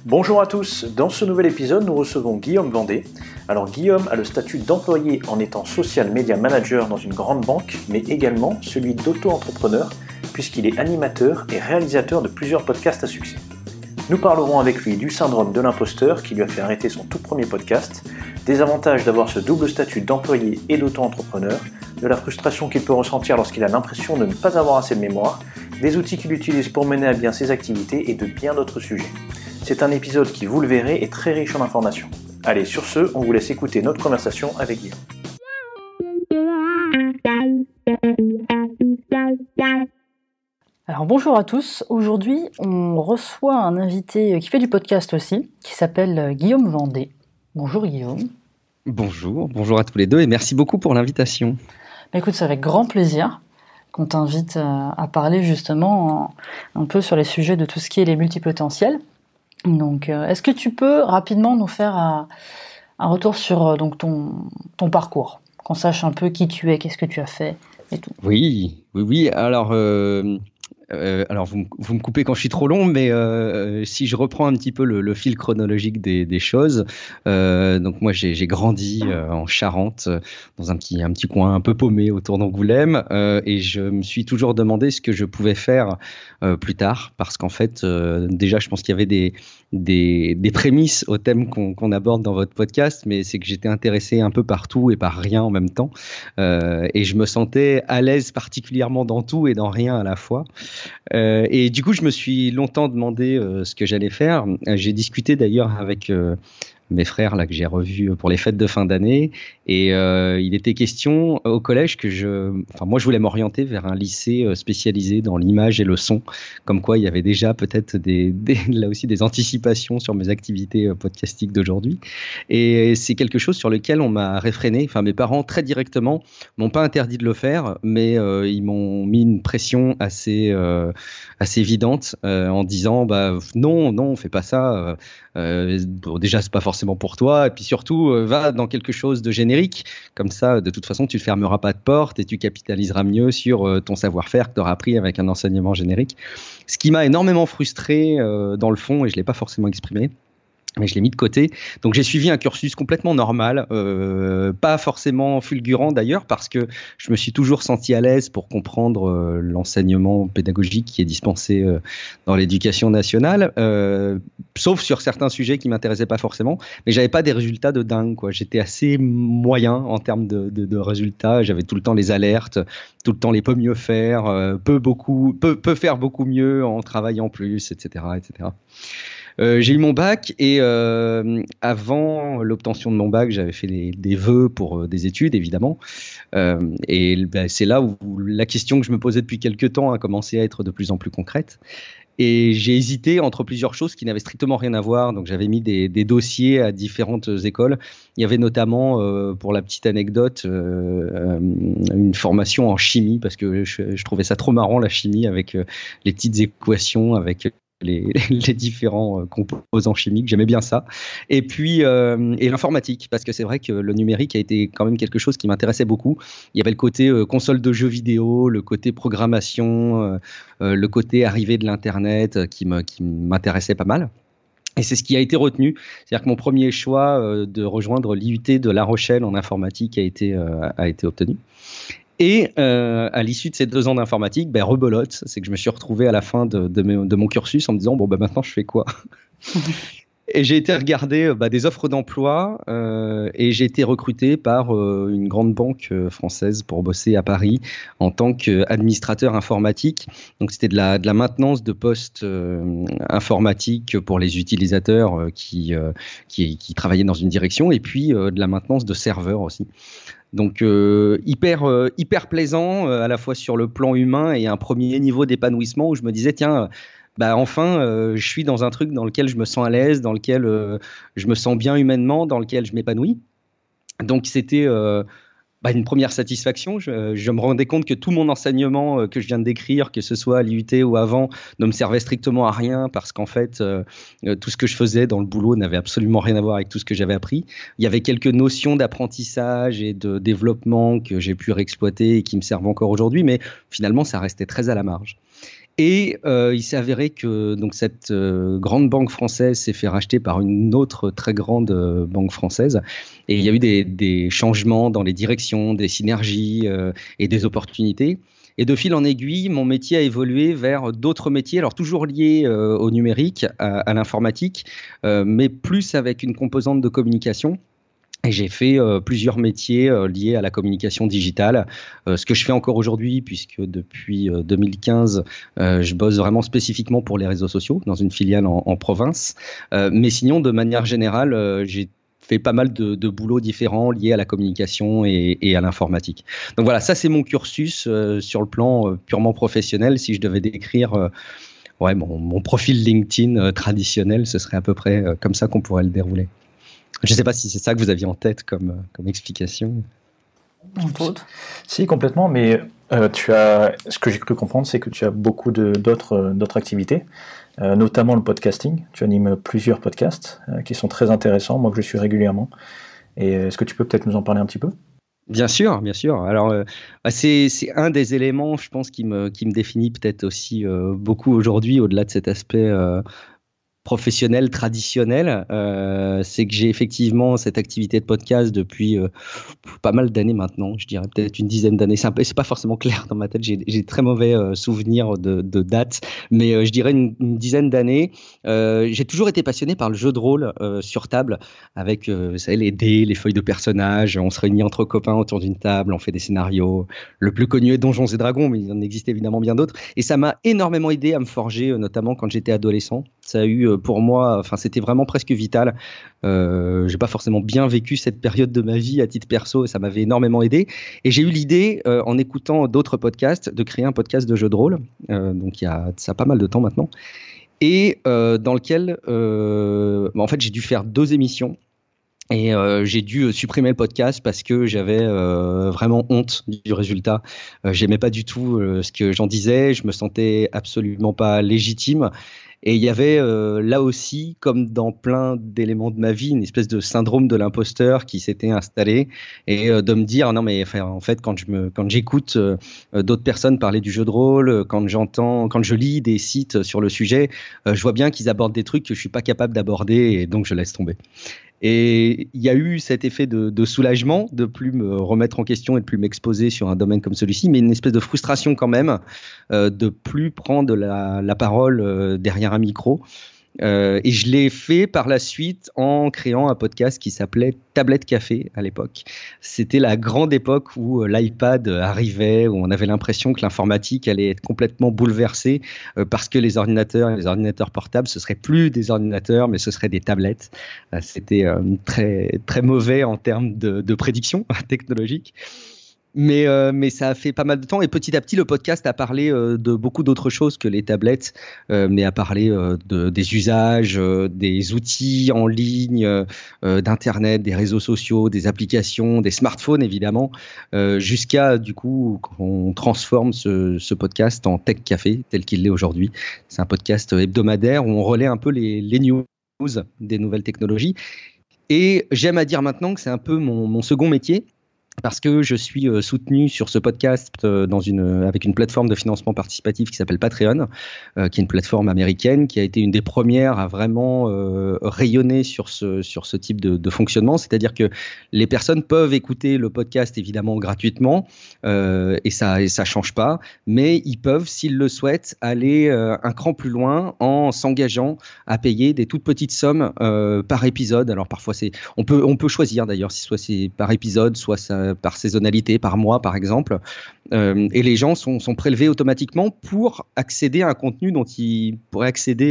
Bonjour à tous, dans ce nouvel épisode, nous recevons Guillaume Vendée. Alors Guillaume a le statut d'employé en étant social media manager dans une grande banque, mais également celui d'auto-entrepreneur, puisqu'il est animateur et réalisateur de plusieurs podcasts à succès. Nous parlerons avec lui du syndrome de l'imposteur qui lui a fait arrêter son tout premier podcast, des avantages d'avoir ce double statut d'employé et d'auto-entrepreneur, de la frustration qu'il peut ressentir lorsqu'il a l'impression de ne pas avoir assez de mémoire, des outils qu'il utilise pour mener à bien ses activités et de bien d'autres sujets. C'est un épisode qui, vous le verrez, est très riche en informations. Allez, sur ce, on vous laisse écouter notre conversation avec Guillaume. Alors bonjour à tous, aujourd'hui on reçoit un invité qui fait du podcast aussi, qui s'appelle Guillaume Vendée. Bonjour Guillaume. Bonjour à tous les deux et merci beaucoup pour l'invitation. Écoute, c'est avec grand plaisir qu'on t'invite à parler justement un peu sur les sujets de tout ce qui est les multipotentiels. Donc, est-ce que tu peux rapidement nous faire un retour sur donc ton parcours, qu'on sache un peu qui tu es, qu'est-ce que tu as fait et tout. Oui. Alors vous me coupez quand je suis trop long, mais si je reprends un petit peu le fil chronologique des choses, donc moi j'ai grandi en Charente, dans un petit coin un peu paumé autour d'Angoulême, et je me suis toujours demandé ce que je pouvais faire plus tard, parce qu'en fait déjà je pense qu'il y avait des prémices au thème qu'on aborde dans votre podcast, mais c'est que j'étais intéressé un peu par tout et par rien en même temps, et je me sentais à l'aise particulièrement dans tout et dans rien à la fois. Et du coup, je me suis longtemps demandé ce que j'allais faire. J'ai discuté d'ailleurs avec mes frères là que j'ai revus pour les fêtes de fin d'année, et il était question au collège moi je voulais m'orienter vers un lycée spécialisé dans l'image et le son, comme quoi il y avait déjà peut-être là aussi des anticipations sur mes activités podcastiques d'aujourd'hui, et c'est quelque chose sur lequel on m'a réfréné. Enfin, mes parents très directement m'ont pas interdit de le faire, mais ils m'ont mis une pression assez évidente en disant non, fais pas ça. Déjà c'est pas forcément pour toi, et puis surtout va dans quelque chose de générique, comme ça de toute façon tu ne fermeras pas de porte et tu capitaliseras mieux sur ton savoir-faire que tu auras appris avec un enseignement générique, ce qui m'a énormément frustré dans le fond, et je l'ai pas forcément exprimé, mais je l'ai mis de côté. Donc j'ai suivi un cursus complètement normal, pas forcément fulgurant d'ailleurs, parce que je me suis toujours senti à l'aise pour comprendre l'enseignement pédagogique qui est dispensé dans l'éducation nationale, sauf sur certains sujets qui m'intéressaient pas forcément, mais j'avais pas des résultats de dingue, quoi. J'étais assez moyen en termes de résultats. J'avais tout le temps les alertes, tout le temps les peut mieux faire, peut faire beaucoup mieux en travaillant plus, etc., etc. J'ai eu mon bac, et avant l'obtention de mon bac, j'avais fait des vœux pour des études, évidemment. Et c'est là où la question que je me posais depuis quelques temps a commencé à être de plus en plus concrète. Et j'ai hésité entre plusieurs choses qui n'avaient strictement rien à voir. Donc j'avais mis des dossiers à différentes écoles. Il y avait notamment, pour la petite anecdote, une formation en chimie, parce que je trouvais ça trop marrant, la chimie, avec les petites équations, avec les différents composants chimiques. J'aimais bien ça. Et puis et l'informatique, parce que c'est vrai que le numérique a été quand même quelque chose qui m'intéressait beaucoup. Il y avait le côté console de jeux vidéo, le côté programmation, le côté arrivée de l'internet qui m'intéressait pas mal. Et c'est ce qui a été retenu. C'est-à-dire que mon premier choix de rejoindre l'IUT de La Rochelle en informatique a été obtenu. Et à l'issue de ces 2 ans d'informatique, rebelote, c'est que je me suis retrouvé à la fin de mon cursus en me disant maintenant je fais quoi? Et j'ai été regarder des offres d'emploi, et j'ai été recruté par une grande banque française pour bosser à Paris en tant qu'administrateur informatique. Donc c'était de la maintenance de postes informatiques pour les utilisateurs qui travaillaient dans une direction, et puis de la maintenance de serveurs aussi. Donc hyper plaisant à la fois sur le plan humain, et un premier niveau d'épanouissement où je me disais tiens, enfin je suis dans un truc dans lequel je me sens à l'aise, dans lequel je me sens bien humainement, dans lequel je m'épanouis. Donc c'était une première satisfaction. Je me rendais compte que tout mon enseignement que je viens de décrire, que ce soit à l'IUT ou avant, ne me servait strictement à rien, parce qu'en fait, tout ce que je faisais dans le boulot n'avait absolument rien à voir avec tout ce que j'avais appris. Il y avait quelques notions d'apprentissage et de développement que j'ai pu réexploiter et qui me servent encore aujourd'hui, mais finalement, ça restait très à la marge. Et il s'est avéré que donc cette grande banque française s'est fait racheter par une autre très grande banque française. Et il y a eu des changements dans les directions, des synergies et des opportunités. Et de fil en aiguille, mon métier a évolué vers d'autres métiers, alors toujours liés au numérique, à l'informatique, mais plus avec une composante de communication. Et j'ai fait plusieurs métiers liés à la communication digitale, ce que je fais encore aujourd'hui, puisque depuis 2015, je bosse vraiment spécifiquement pour les réseaux sociaux dans une filiale en province. Mais sinon, de manière générale, j'ai fait pas mal de boulots différents liés à la communication et à l'informatique. Donc voilà, ça c'est mon cursus sur le plan purement professionnel. Si je devais décrire ouais, mon profil LinkedIn traditionnel, ce serait à peu près comme ça qu'on pourrait le dérouler. Je ne sais pas si c'est ça que vous aviez en tête comme explication. Entre autres. Si, complètement, mais ce que j'ai cru comprendre, c'est que tu as beaucoup d'autres activités, notamment le podcasting. Tu animes plusieurs podcasts qui sont très intéressants, moi que je suis régulièrement. Et est-ce que tu peux peut-être nous en parler un petit peu ? Bien sûr, bien sûr. Alors, c'est un des éléments, je pense, qui me définit peut-être aussi beaucoup aujourd'hui, au-delà de cet aspect professionnel traditionnel, c'est que j'ai effectivement cette activité de podcast depuis pas mal d'années maintenant, je dirais peut-être une dizaine d'années. C'est pas forcément clair dans ma tête, j'ai très mauvais souvenirs de date, mais je dirais une dizaine d'années. J'ai toujours été passionné par le jeu de rôle sur table, avec vous savez, les dés, les feuilles de personnages. On se réunit entre copains autour d'une table, on fait des scénarios. Le plus connu est Donjons et Dragons, mais il en existe évidemment bien d'autres. Et ça m'a énormément aidé à me forger, notamment quand j'étais adolescent. Ça a eu pour moi, enfin c'était vraiment presque vital. J'ai pas forcément bien vécu cette période de ma vie à titre perso, et ça m'avait énormément aidé. Et j'ai eu l'idée, en écoutant d'autres podcasts, de créer un podcast de jeux de rôle. Donc il y a ça pas mal de temps maintenant, et dans lequel, en fait, j'ai dû faire 2 émissions. Et j'ai dû supprimer le podcast parce que j'avais vraiment honte du résultat. J'aimais pas du tout ce que j'en disais, je me sentais absolument pas légitime. Et il y avait là aussi, comme dans plein d'éléments de ma vie, une espèce de syndrome de l'imposteur qui s'était installé, et de me dire non mais enfin, en fait quand j'écoute d'autres personnes parler du jeu de rôle, quand je lis des sites sur le sujet, je vois bien qu'ils abordent des trucs que je suis pas capable d'aborder, et donc je laisse tomber. Et il y a eu cet effet de soulagement, de plus me remettre en question et de plus m'exposer sur un domaine comme celui-ci, mais une espèce de frustration quand même, de plus prendre la parole derrière un micro. Et je l'ai fait par la suite en créant un podcast qui s'appelait Tablette Café à l'époque. C'était la grande époque où l'iPad arrivait, où on avait l'impression que l'informatique allait être complètement bouleversée parce que les ordinateurs portables, ce seraient plus des ordinateurs, mais ce seraient des tablettes. C'était très, très mauvais en termes de prédiction technologique. Mais ça a fait pas mal de temps, et petit à petit le podcast a parlé de beaucoup d'autres choses que les tablettes, mais a parlé des usages, des outils en ligne, d'internet, des réseaux sociaux, des applications, des smartphones évidemment, jusqu'à du coup qu'on transforme ce podcast en Tech Café tel qu'il l'est aujourd'hui. C'est un podcast hebdomadaire où on relaie un peu les news des nouvelles technologies, et j'aime à dire maintenant que c'est un peu mon second métier, parce que je suis soutenu sur ce podcast avec une plateforme de financement participatif qui s'appelle Patreon, qui est une plateforme américaine qui a été une des premières à vraiment rayonner sur ce type de fonctionnement. C'est-à-dire que les personnes peuvent écouter le podcast évidemment gratuitement, et ça change pas, mais ils peuvent, s'ils le souhaitent, aller un cran plus loin en s'engageant à payer des toutes petites sommes par épisode. Alors parfois on peut choisir d'ailleurs, si soit c'est par épisode, soit par saisonnalité, par mois par exemple, et les gens sont prélevés automatiquement pour accéder à un contenu auquel ils pourraient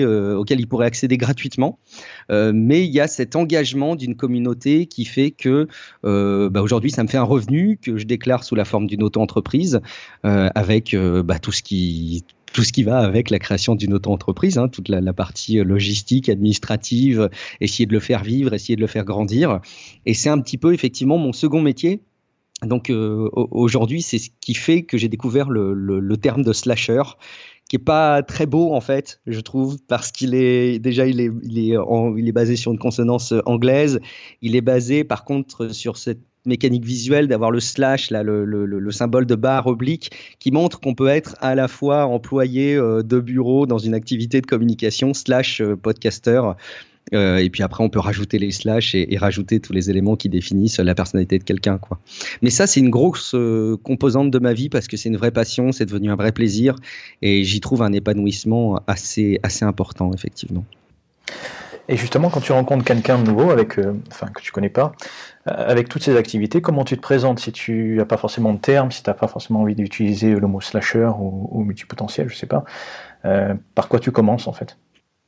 accéder gratuitement, mais il y a cet engagement d'une communauté qui fait que aujourd'hui ça me fait un revenu que je déclare sous la forme d'une auto-entreprise, avec tout ce qui va avec la création d'une auto-entreprise, hein, toute la partie logistique, administrative, essayer de le faire vivre, essayer de le faire grandir. Et c'est un petit peu effectivement mon second métier. Donc aujourd'hui, c'est ce qui fait que j'ai découvert le terme de slasher, qui est pas très beau en fait, je trouve, parce qu'il est basé sur une consonance anglaise. Il est basé par contre sur cette mécanique visuelle d'avoir le slash, là, le symbole de barre oblique, qui montre qu'on peut être à la fois employé de bureau dans une activité de communication / podcasteur. Et puis après, on peut rajouter les slash et rajouter tous les éléments qui définissent la personnalité de quelqu'un, quoi. Mais ça, c'est une grosse composante de ma vie parce que c'est une vraie passion, c'est devenu un vrai plaisir et j'y trouve un épanouissement assez important, effectivement. Et justement, quand tu rencontres quelqu'un de nouveau, que tu connais pas, avec toutes ces activités, comment tu te présentes si tu n'as pas forcément de terme, si tu n'as pas forcément envie d'utiliser le mot slasher ou multipotentiel, je sais pas, par quoi tu commences en fait?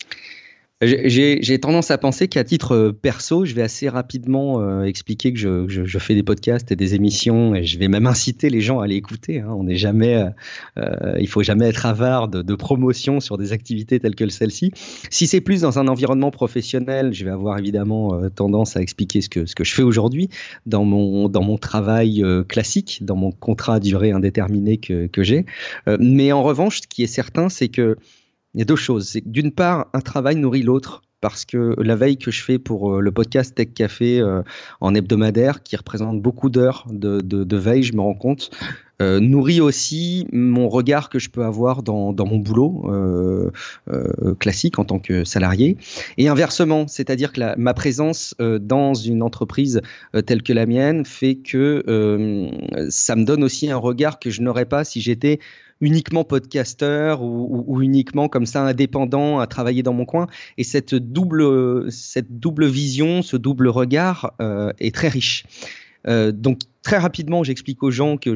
J'ai tendance à penser qu'à titre perso, je vais assez rapidement expliquer que je fais des podcasts et des émissions et je vais même inciter les gens à les écouter. On n'est jamais, il faut jamais être avare de promotion sur des activités telles que celle-ci. Si c'est plus dans un environnement professionnel, je vais avoir évidemment tendance à expliquer ce que je fais aujourd'hui dans mon travail classique, dans mon contrat à durée indéterminée que j'ai. Mais en revanche, ce qui est certain, c'est que il y a deux choses. C'est que d'une part, un travail nourrit l'autre parce que la veille que je fais pour le podcast Tech Café en hebdomadaire, qui représente beaucoup d'heures de veille, je me rends compte, nourrit aussi mon regard que je peux avoir dans mon boulot classique en tant que salarié. Et inversement, c'est-à-dire que ma présence dans une entreprise telle que la mienne fait que ça me donne aussi un regard que je n'aurais pas si j'étais uniquement podcasteur ou uniquement comme ça indépendant à travailler dans mon coin. Et cette double vision, ce double regard est très riche. Donc très rapidement, j'explique aux gens que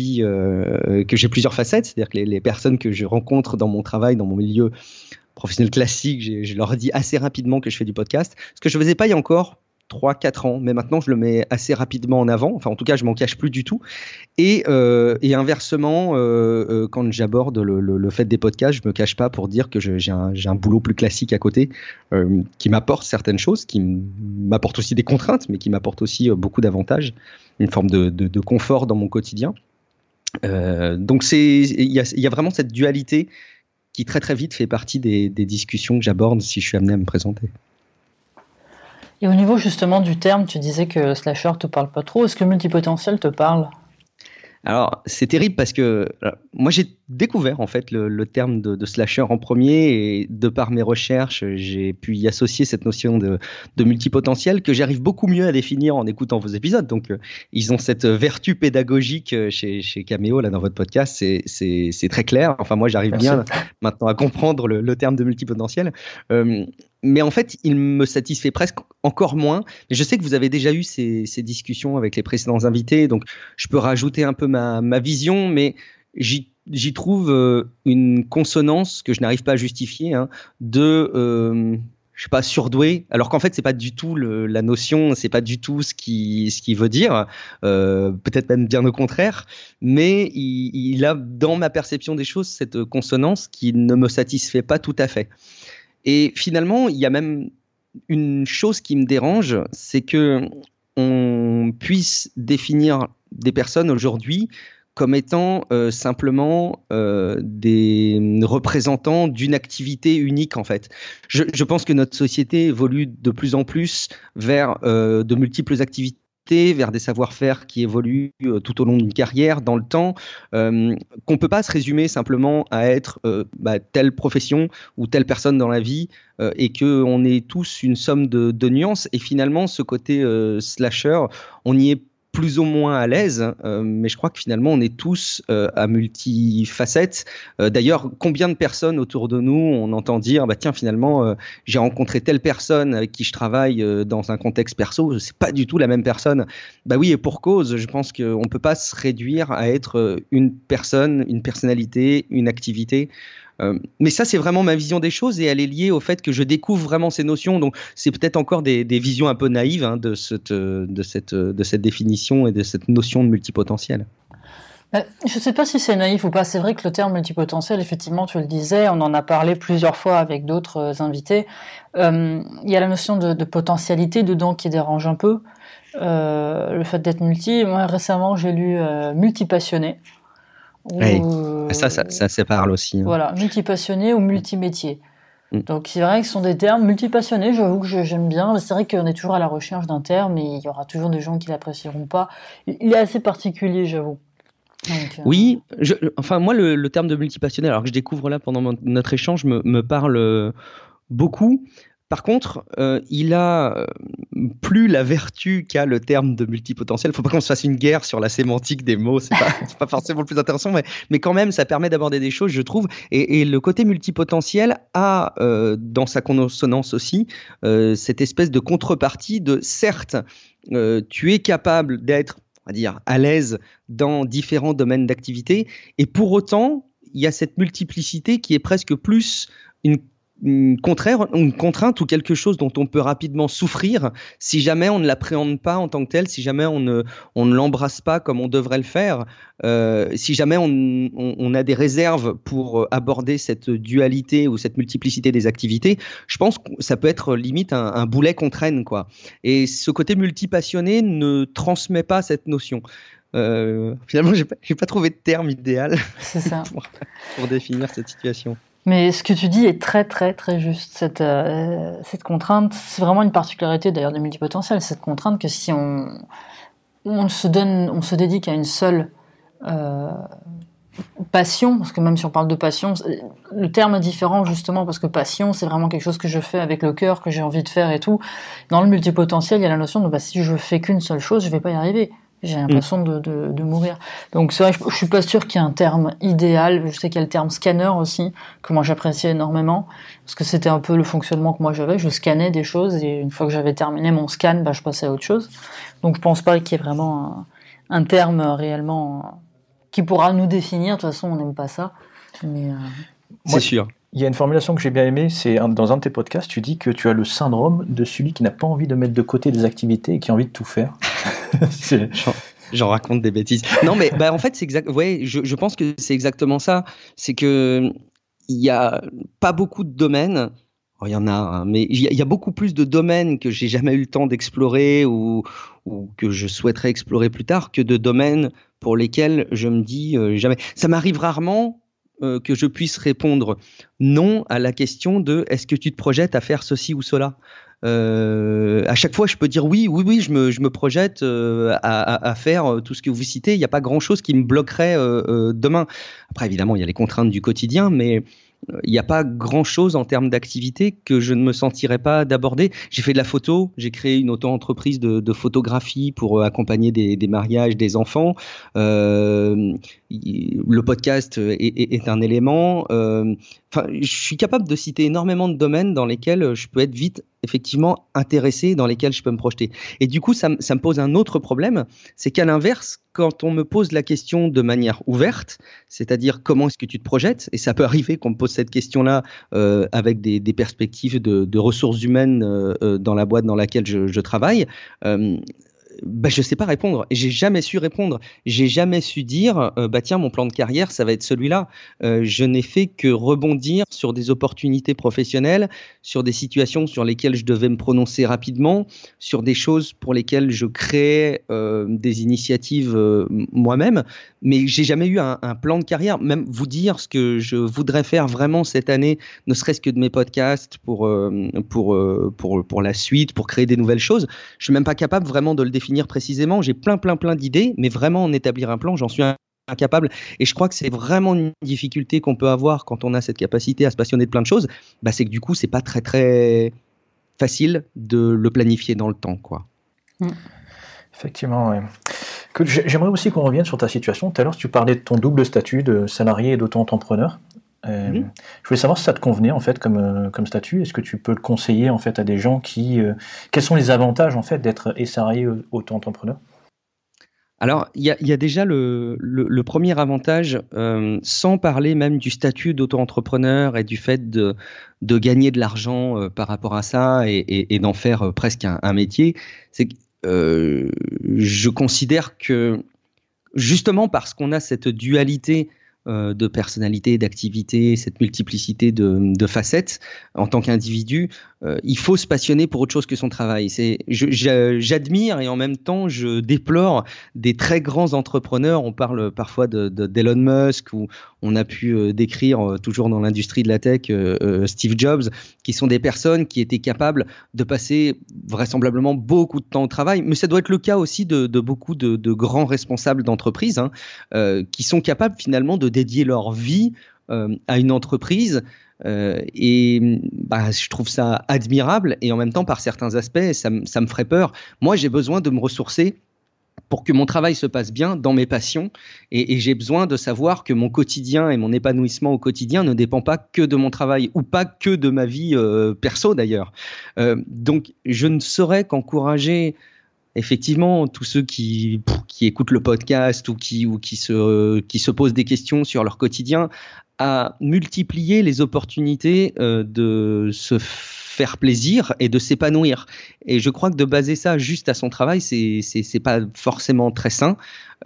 que j'ai plusieurs facettes, c'est-à-dire que les personnes que je rencontre dans mon travail, dans mon milieu professionnel classique, je leur dis assez rapidement que je fais du podcast, ce que je ne faisais pas il y a encore 3-4 ans, mais maintenant je le mets assez rapidement en avant, enfin en tout cas je m'en cache plus du tout, et inversement quand j'aborde le fait des podcasts, je me cache pas pour dire que j'ai un boulot plus classique à côté qui m'apporte certaines choses, qui m'apporte aussi des contraintes, mais qui m'apporte aussi beaucoup d'avantages, une forme de confort dans mon quotidien. Donc il y a vraiment cette dualité qui très très vite fait partie des discussions que j'aborde si je suis amené à me présenter. Et au niveau justement du terme, tu disais que slasher te parle pas trop. Est-ce que multipotentiel te parle ? Alors, c'est terrible parce que moi, j'ai découvert en fait le terme de slasher en premier et de par mes recherches, j'ai pu y associer cette notion de multipotentiel que j'arrive beaucoup mieux à définir en écoutant vos épisodes. Donc, ils ont cette vertu pédagogique chez Cameo, là, dans votre podcast. C'est très clair. Enfin, moi, j'arrive bien maintenant à comprendre le terme de multipotentiel. Mais en fait, il me satisfait presque encore moins. Mais je sais que vous avez déjà eu ces discussions avec les précédents invités, donc je peux rajouter un peu ma vision, mais j'y trouve une consonance que je n'arrive pas à justifier je sais pas, surdoué, alors qu'en fait c'est pas du tout la notion, c'est pas du tout ce qui veut dire, peut-être même bien au contraire, mais il a dans ma perception des choses cette consonance qui ne me satisfait pas tout à fait. Et finalement, il y a même une chose qui me dérange, c'est que on puisse définir des personnes aujourd'hui comme étant simplement des représentants d'une activité unique en fait. Je pense que notre société évolue de plus en plus vers de multiples activités, vers des savoir-faire qui évoluent tout au long d'une carrière, dans le temps, qu'on peut pas se résumer simplement à être telle profession ou telle personne dans la vie, et qu'on est tous une somme de nuances. Et finalement, ce côté slasher, on y est plus ou moins à l'aise, mais je crois que finalement on est tous à multifacettes. D'ailleurs, combien de personnes autour de nous on entend dire tiens, finalement j'ai rencontré telle personne avec qui je travaille dans un contexte perso, c'est pas du tout la même personne. Oui, et pour cause, je pense qu'on peut pas se réduire à être une personne, une personnalité, une activité. Mais ça, c'est vraiment ma vision des choses et elle est liée au fait que je découvre vraiment ces notions. Donc, c'est peut-être encore des visions un peu naïves de cette définition et de cette notion de multipotentiel. Je ne sais pas si c'est naïf ou pas. C'est vrai que le terme multipotentiel, effectivement, tu le disais, on en a parlé plusieurs fois avec d'autres invités. Il y a la notion de potentialité dedans qui dérange un peu. Le fait d'être multi. Moi, récemment, j'ai lu multipassionné. Oui, ça parle aussi. Voilà, multipassionné ou multimétier. Donc c'est vrai que ce sont des termes multipassionnés, j'avoue que j'aime bien. C'est vrai qu'on est toujours à la recherche d'un terme et il y aura toujours des gens qui l'apprécieront pas. Il est assez particulier, j'avoue. Donc, Oui, enfin moi le terme de multipassionnel, alors que je découvre là pendant notre échange, me parle beaucoup. Par contre, il a plus la vertu qu'a le terme de multipotentiel. Il ne faut pas qu'on se fasse une guerre sur la sémantique des mots, c'est pas forcément le plus intéressant, mais quand même, ça permet d'aborder des choses, je trouve. Et le côté multipotentiel a, dans sa consonance aussi, cette espèce de contrepartie de, certes, tu es capable d'être, on va dire, à l'aise dans différents domaines d'activité, et pour autant, il y a cette multiplicité qui est presque plus une contrainte ou quelque chose dont on peut rapidement souffrir si jamais on ne l'appréhende pas en tant que tel, si jamais on ne l'embrasse pas comme on devrait le faire, si jamais on a des réserves pour aborder cette dualité ou cette multiplicité des activités, je pense que ça peut être limite un boulet qu'on traîne, quoi. Et ce côté multipassionné ne transmet pas cette notion. Finalement, j'ai pas trouvé de terme idéal c'est ça. pour définir cette situation. Mais ce que tu dis est très très très juste. Cette contrainte, c'est vraiment une particularité d'ailleurs de multipotentiel, cette contrainte que si on se dédique à une seule passion, parce que même si on parle de passion, le terme est différent justement parce que passion, c'est vraiment quelque chose que je fais avec le cœur, que j'ai envie de faire et tout. Dans le multipotentiel, il y a la notion de si je fais qu'une seule chose, je vais pas y arriver. J'ai l'impression de mourir. Donc c'est vrai, je suis pas sûr qu'il y ait un terme idéal. Je sais qu'il y a le terme scanner aussi, que moi j'appréciais énormément, parce que c'était un peu le fonctionnement que moi j'avais. Je scannais des choses et une fois que j'avais terminé mon scan, je passais à autre chose. Donc je pense pas qu'il y ait vraiment un terme réellement qui pourra nous définir. De toute façon, on n'aime pas ça. Mais c'est sûr. Il y a une formulation que j'ai bien aimée, c'est dans un de tes podcasts, tu dis que tu as le syndrome de celui qui n'a pas envie de mettre de côté des activités et qui a envie de tout faire. J'en raconte des bêtises. Non, mais en fait, c'est exact. Ouais, je pense que c'est exactement ça. C'est que il y a pas beaucoup de domaines. Oh, il y en a, hein, mais il y a beaucoup plus de domaines que j'ai jamais eu le temps d'explorer ou que je souhaiterais explorer plus tard que de domaines pour lesquels je me dis jamais. Ça m'arrive rarement que je puisse répondre non à la question de est-ce que tu te projettes à faire ceci ou cela. À chaque fois, je peux dire oui, je me projette à faire tout ce que vous citez. Il n'y a pas grand-chose qui me bloquerait demain. Après, évidemment, il y a les contraintes du quotidien, mais il n'y a pas grand-chose en termes d'activité que je ne me sentirais pas d'aborder. J'ai fait de la photo, j'ai créé une auto-entreprise de photographie pour accompagner des mariages, des enfants. Le podcast est un élément. Je suis capable de citer énormément de domaines dans lesquels je peux être vite effectivement intéressé, dans lesquels je peux me projeter. Et du coup, ça me pose un autre problème, c'est qu'à l'inverse, quand on me pose la question de manière ouverte, c'est-à-dire comment est-ce que tu te projettes, et ça peut arriver qu'on me pose cette question-là avec des perspectives de ressources humaines dans la boîte dans laquelle je travaille, je sais pas répondre et j'ai jamais su répondre. J'ai jamais su dire tiens, mon plan de carrière ça va être celui-là. Je n'ai fait que rebondir sur des opportunités professionnelles, sur des situations sur lesquelles je devais me prononcer rapidement, sur des choses pour lesquelles je créais des initiatives moi-même, mais j'ai jamais eu un plan de carrière. Même vous dire ce que je voudrais faire vraiment cette année, ne serait-ce que de mes podcasts pour la suite, pour créer des nouvelles choses, je suis même pas capable vraiment de le définir précisément. J'ai plein d'idées, mais vraiment en établir un plan, j'en suis incapable. Et je crois que c'est vraiment une difficulté qu'on peut avoir quand on a cette capacité à se passionner de plein de choses, c'est que du coup, c'est pas très très facile de le planifier dans le temps, quoi. Effectivement, ouais. J'aimerais aussi qu'on revienne sur ta situation. Tout à l'heure, tu parlais de ton double statut de salarié et d'auto-entrepreneur. Je voulais savoir si ça te convenait en fait comme statut. Est-ce que tu peux le conseiller en fait à des gens qui quels sont les avantages en fait d'être salarié ou auto-entrepreneur? Alors il y a déjà le premier avantage, sans parler même du statut d'auto-entrepreneur et du fait de gagner de l'argent par rapport à ça et d'en faire presque un métier, c'est que je considère que justement parce qu'on a cette dualité de personnalité, d'activité, cette multiplicité de facettes en tant qu'individu, il faut se passionner pour autre chose que son travail. J'admire et en même temps je déplore des très grands entrepreneurs. On parle parfois d'Elon Musk, ou on a pu décrire toujours dans l'industrie de la tech Steve Jobs, qui sont des personnes qui étaient capables de passer vraisemblablement beaucoup de temps au travail. Mais ça doit être le cas aussi de beaucoup de grands responsables d'entreprise, qui sont capables finalement de dédier leur vie à une entreprise. Je trouve ça admirable, et en même temps, par certains aspects, ça me ferait peur. Moi, j'ai besoin de me ressourcer pour que mon travail se passe bien dans mes passions, et j'ai besoin de savoir que mon quotidien et mon épanouissement au quotidien ne dépend pas que de mon travail, ou pas que de ma vie perso d'ailleurs. Donc, je ne saurais qu'encourager effectivement tous ceux qui écoutent le podcast ou qui se posent des questions sur leur quotidien à multiplier les opportunités de se faire plaisir et de s'épanouir. Et je crois que de baser ça juste à son travail, c'est pas forcément très sain.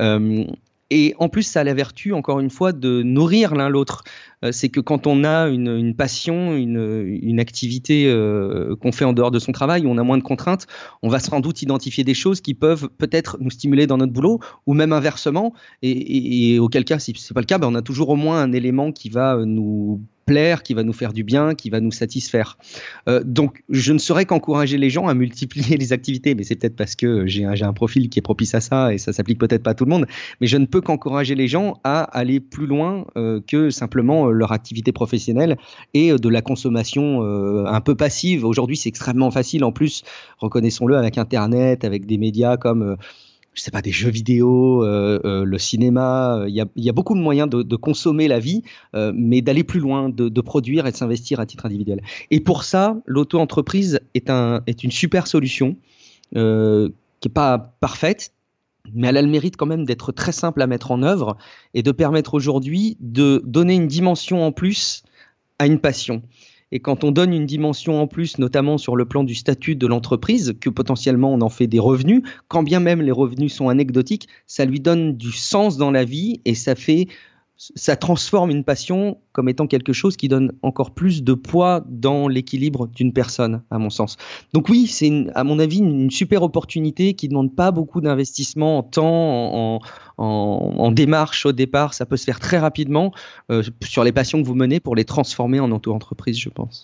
Et en plus, ça a la vertu, encore une fois, de nourrir l'un l'autre. C'est que quand on a une passion, une activité qu'on fait en dehors de son travail, où on a moins de contraintes, on va sans doute identifier des choses qui peuvent peut-être nous stimuler dans notre boulot, ou même inversement. Et auquel cas, si c'est pas le cas, on a toujours au moins un élément qui va nous plaire, qui va nous faire du bien, qui va nous satisfaire. Donc, je ne saurais qu'encourager les gens à multiplier les activités, mais c'est peut-être parce que j'ai un profil qui est propice à ça, et ça s'applique peut-être pas à tout le monde, mais je ne peux qu'encourager les gens à aller plus loin que simplement leur activité professionnelle et de la consommation un peu passive. Aujourd'hui, c'est extrêmement facile, en plus, reconnaissons-le, avec Internet, avec des médias comme je sais pas, des jeux vidéo, le cinéma. Il y a beaucoup de moyens de consommer la vie, mais d'aller plus loin, de produire et de s'investir à titre individuel. Et pour ça, l'auto-entreprise est une super solution qui est pas parfaite, mais elle a le mérite quand même d'être très simple à mettre en œuvre et de permettre aujourd'hui de donner une dimension en plus à une passion. Et quand on donne une dimension en plus, notamment sur le plan du statut de l'entreprise, que potentiellement on en fait des revenus, quand bien même les revenus sont anecdotiques, ça lui donne du sens dans la vie, et ça transforme une passion comme étant quelque chose qui donne encore plus de poids dans l'équilibre d'une personne, à mon sens. Donc oui, c'est à mon avis une super opportunité qui ne demande pas beaucoup d'investissement en temps, en démarche au départ. Ça peut se faire très rapidement sur les passions que vous menez, pour les transformer en auto-entreprise, je pense.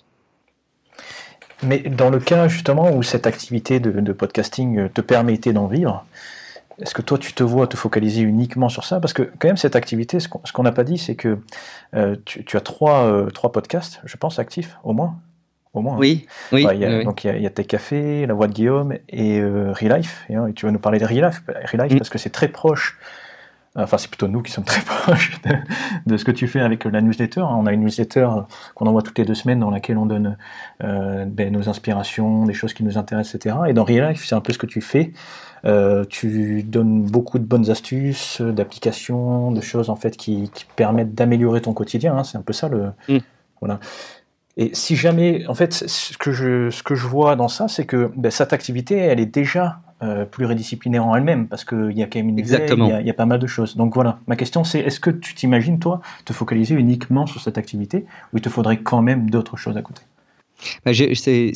Mais dans le cas justement où cette activité de podcasting te permettait d'en vivre, est-ce que toi, tu te vois te focaliser uniquement sur ça? Parce que quand même, cette activité, ce qu'on n'a pas dit, c'est que tu as trois podcasts, je pense, actifs, au moins. Oui. Donc il y a Tech Café, La Voix de Guillaume et Relife. Et tu vas nous parler de Relife parce que c'est très proche. Enfin, c'est plutôt nous qui sommes très proches de ce que tu fais avec la newsletter. On a une newsletter qu'on envoie toutes les 2 semaines, dans laquelle on donne nos inspirations, des choses qui nous intéressent, etc. Et dans Real Life, c'est un peu ce que tu fais. Tu donnes beaucoup de bonnes astuces, d'applications, de choses en fait qui permettent d'améliorer ton quotidien. C'est un peu ça voilà. Et si jamais, en fait, ce que je vois dans ça, c'est que cette activité, elle est déjà pluridisciplinaire en elle-même, parce qu'il y a quand même une veille, il y a pas mal de choses. Donc voilà, ma question c'est, est-ce que tu t'imagines, toi, te focaliser uniquement sur cette activité, ou il te faudrait quand même d'autres choses à côté? Je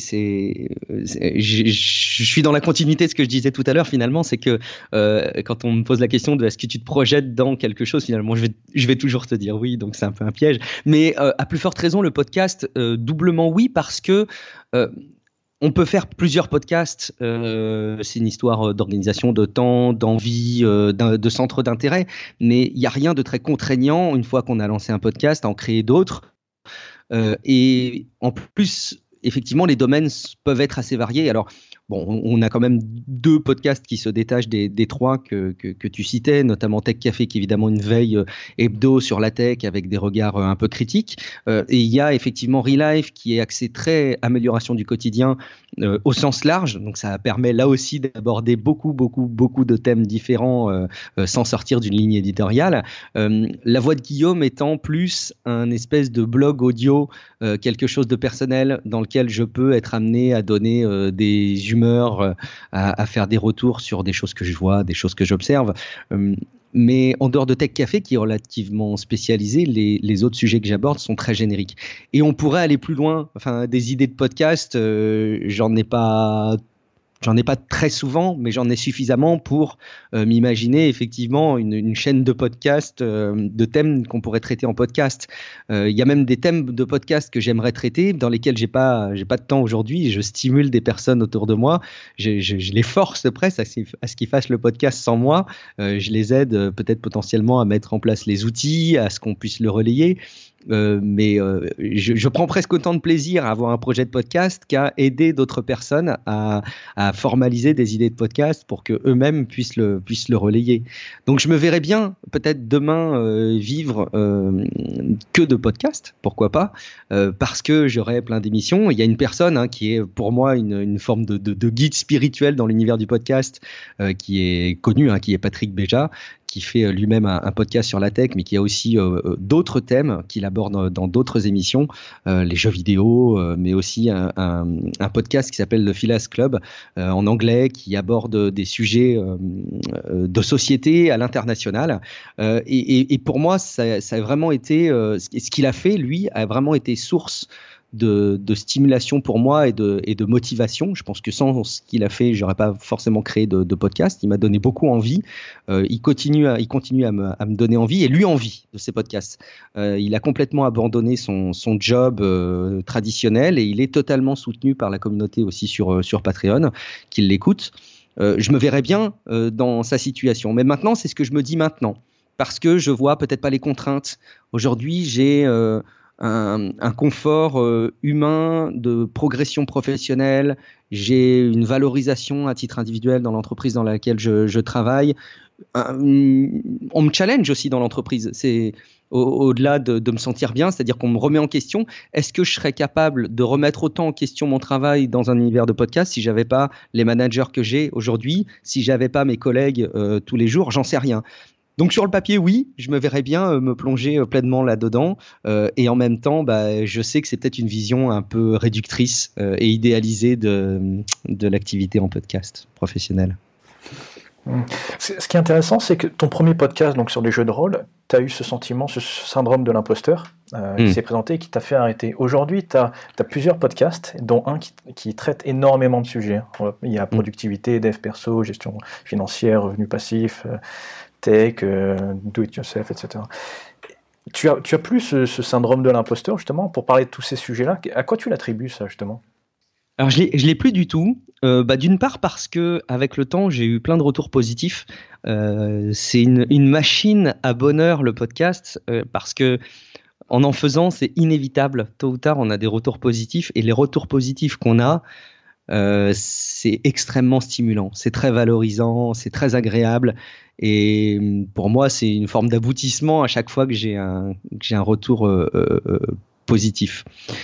suis dans la continuité de ce que je disais tout à l'heure. Finalement, c'est que quand on me pose la question de est-ce que tu te projettes dans quelque chose, finalement, je vais toujours te dire oui, donc c'est un peu un piège. Mais à plus forte raison, le podcast, doublement oui, parce que on peut faire plusieurs podcasts. C'est une histoire d'organisation, de temps, d'envie, de centre d'intérêt, mais il n'y a rien de très contraignant une fois qu'on a lancé un podcast à en créer d'autres. Et en plus, effectivement, les domaines peuvent être assez variés. Alors, bon, on a quand même 2 podcasts qui se détachent des 3 que tu citais, notamment Tech Café, qui est évidemment une veille hebdo sur la tech avec des regards un peu critiques. Et il y a effectivement Relife, qui est axé très amélioration du quotidien au sens large. Donc, ça permet là aussi d'aborder beaucoup de thèmes différents sans sortir d'une ligne éditoriale. La Voix de Guillaume étant plus un espèce de blog audio, quelque chose de personnel dans lequel je peux être amené à donner des humeurs d'humeur, à faire des retours sur des choses que je vois, des choses que j'observe. Mais en dehors de Tech Café, qui est relativement spécialisé, les autres sujets que j'aborde sont très génériques. Et on pourrait aller plus loin. Enfin, des idées de podcast, J'en ai pas très souvent, mais j'en ai suffisamment pour m'imaginer effectivement une chaîne de podcast, de thèmes qu'on pourrait traiter en podcast. Il y a même des thèmes de podcast que j'aimerais traiter, dans lesquels j'ai pas de temps aujourd'hui. Je stimule des personnes autour de moi. Je les force presque à ce qu'ils fassent le podcast sans moi. Je les aide peut-être potentiellement à mettre en place les outils, à ce qu'on puisse le relayer. Mais je prends presque autant de plaisir à avoir un projet de podcast qu'à aider d'autres personnes à formaliser des idées de podcast pour que eux-mêmes puissent le relayer. Donc je me verrais bien peut-être demain vivre que de podcasts, pourquoi pas, parce que j'aurais plein d'émissions. Il y a une personne qui est pour moi une forme de guide spirituel dans l'univers du podcast, qui est connu, qui est Patrick Béja, qui fait lui-même un podcast sur la tech, mais qui a aussi d'autres thèmes qu'il aborde dans d'autres émissions, les jeux vidéo, mais aussi un podcast qui s'appelle The Phileas Club, en anglais, qui aborde des sujets de société à l'international. Et pour moi, ça a vraiment été, ce qu'il a fait, lui, a vraiment été source de stimulation pour moi et de motivation. Je pense que sans ce qu'il a fait, j'aurais pas forcément créé de podcast. Il m'a donné beaucoup envie. Il continue à me donner envie, et lui envie de ces podcasts. Il a complètement abandonné son job traditionnel, et il est totalement soutenu par la communauté aussi sur Patreon, qui l'écoute. Je me verrais bien dans sa situation. Mais maintenant, c'est ce que je me dis maintenant, parce que je vois peut-être pas les contraintes. Aujourd'hui, j'ai un confort humain de progression professionnelle, j'ai une valorisation à titre individuel dans l'entreprise dans laquelle je travaille. On me challenge aussi dans l'entreprise. C'est au-delà de me sentir bien, c'est-à-dire qu'on me remet en question. Est-ce que je serais capable de remettre autant en question mon travail dans un univers de podcast si j'avais pas les managers que j'ai aujourd'hui, si j'avais pas mes collègues tous les jours? J'en sais rien. Donc sur le papier, oui, je me verrais bien me plonger pleinement là-dedans, et en même temps, je sais que c'est peut-être une vision un peu réductrice et idéalisée de l'activité en podcast professionnel. Ce qui est intéressant, c'est que ton premier podcast, donc sur les jeux de rôle, tu as eu ce sentiment, ce syndrome de l'imposteur qui s'est présenté et qui t'a fait arrêter. Aujourd'hui, tu as plusieurs podcasts, dont un qui traite énormément de sujets. Il y a productivité, dev perso, gestion financière, revenus passifs, tech, do it yourself, etc. Tu as plus ce syndrome de l'imposteur, justement, pour parler de tous ces sujets-là. À quoi tu l'attribues, ça, justement ? Alors je l'ai plus du tout. D'une part parce que avec le temps j'ai eu plein de retours positifs. C'est une machine à bonheur, le podcast, parce que en faisant, c'est inévitable. Tôt ou tard, on a des retours positifs, et les retours positifs qu'on a, c'est extrêmement stimulant, c'est très valorisant, c'est très agréable, et pour moi c'est une forme d'aboutissement à chaque fois que j'ai un retour positif.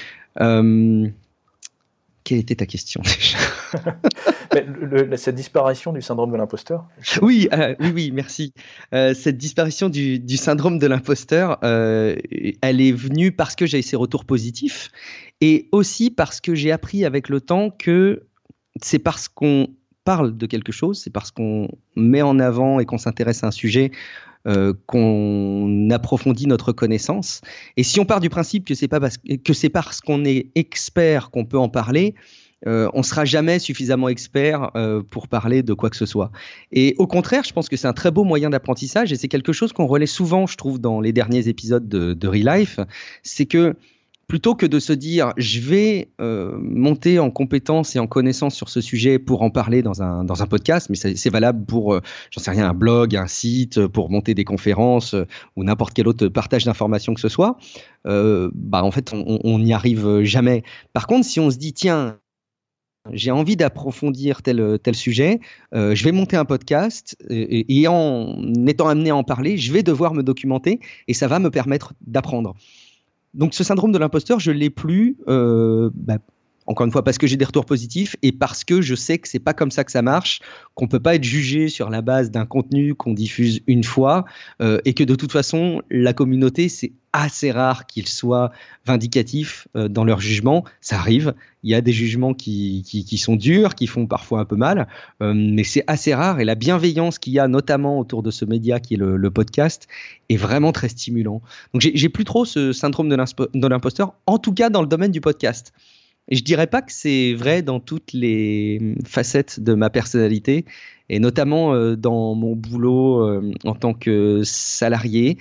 Quelle était ta question déjà? Cette disparition du syndrome de l'imposteur. Oui, merci. Cette disparition du syndrome de l'imposteur, elle est venue parce que j'ai eu ces retours positifs, et aussi parce que j'ai appris avec le temps que c'est parce qu'on parle de quelque chose, c'est parce qu'on met en avant et qu'on s'intéresse à un sujet qu'on approfondit notre connaissance. Et si on part du principe que c'est parce qu'on est expert qu'on peut en parler, on ne sera jamais suffisamment expert pour parler de quoi que ce soit. Et au contraire, je pense que c'est un très beau moyen d'apprentissage, et c'est quelque chose qu'on relaie souvent, je trouve, dans les derniers épisodes de Real Life. C'est que plutôt que de se dire je vais monter en compétence et en connaissance sur ce sujet pour en parler dans un podcast, mais c'est valable pour, j'en sais rien, un blog, un site, pour monter des conférences ou n'importe quel autre partage d'informations que ce soit, en fait, on n'y arrive jamais. Par contre, si on se dit tiens, j'ai envie d'approfondir tel sujet, je vais monter un podcast, et en étant amené à en parler, je vais devoir me documenter, et ça va me permettre d'apprendre. Donc ce syndrome de l'imposteur, je ne l'ai plus Encore une fois, parce que j'ai des retours positifs et parce que je sais que c'est pas comme ça que ça marche, qu'on peut pas être jugé sur la base d'un contenu qu'on diffuse une fois et que de toute façon, la communauté, c'est assez rare qu'ils soient vindicatifs dans leur jugement. Ça arrive. Il y a des jugements qui sont durs, qui font parfois un peu mal, mais c'est assez rare. Et la bienveillance qu'il y a notamment autour de ce média qui est le podcast est vraiment très stimulant. Donc j'ai plus trop ce syndrome de l'imposteur, en tout cas dans le domaine du podcast. Et je dirais pas que c'est vrai dans toutes les facettes de ma personnalité, et notamment dans mon boulot en tant que salarié.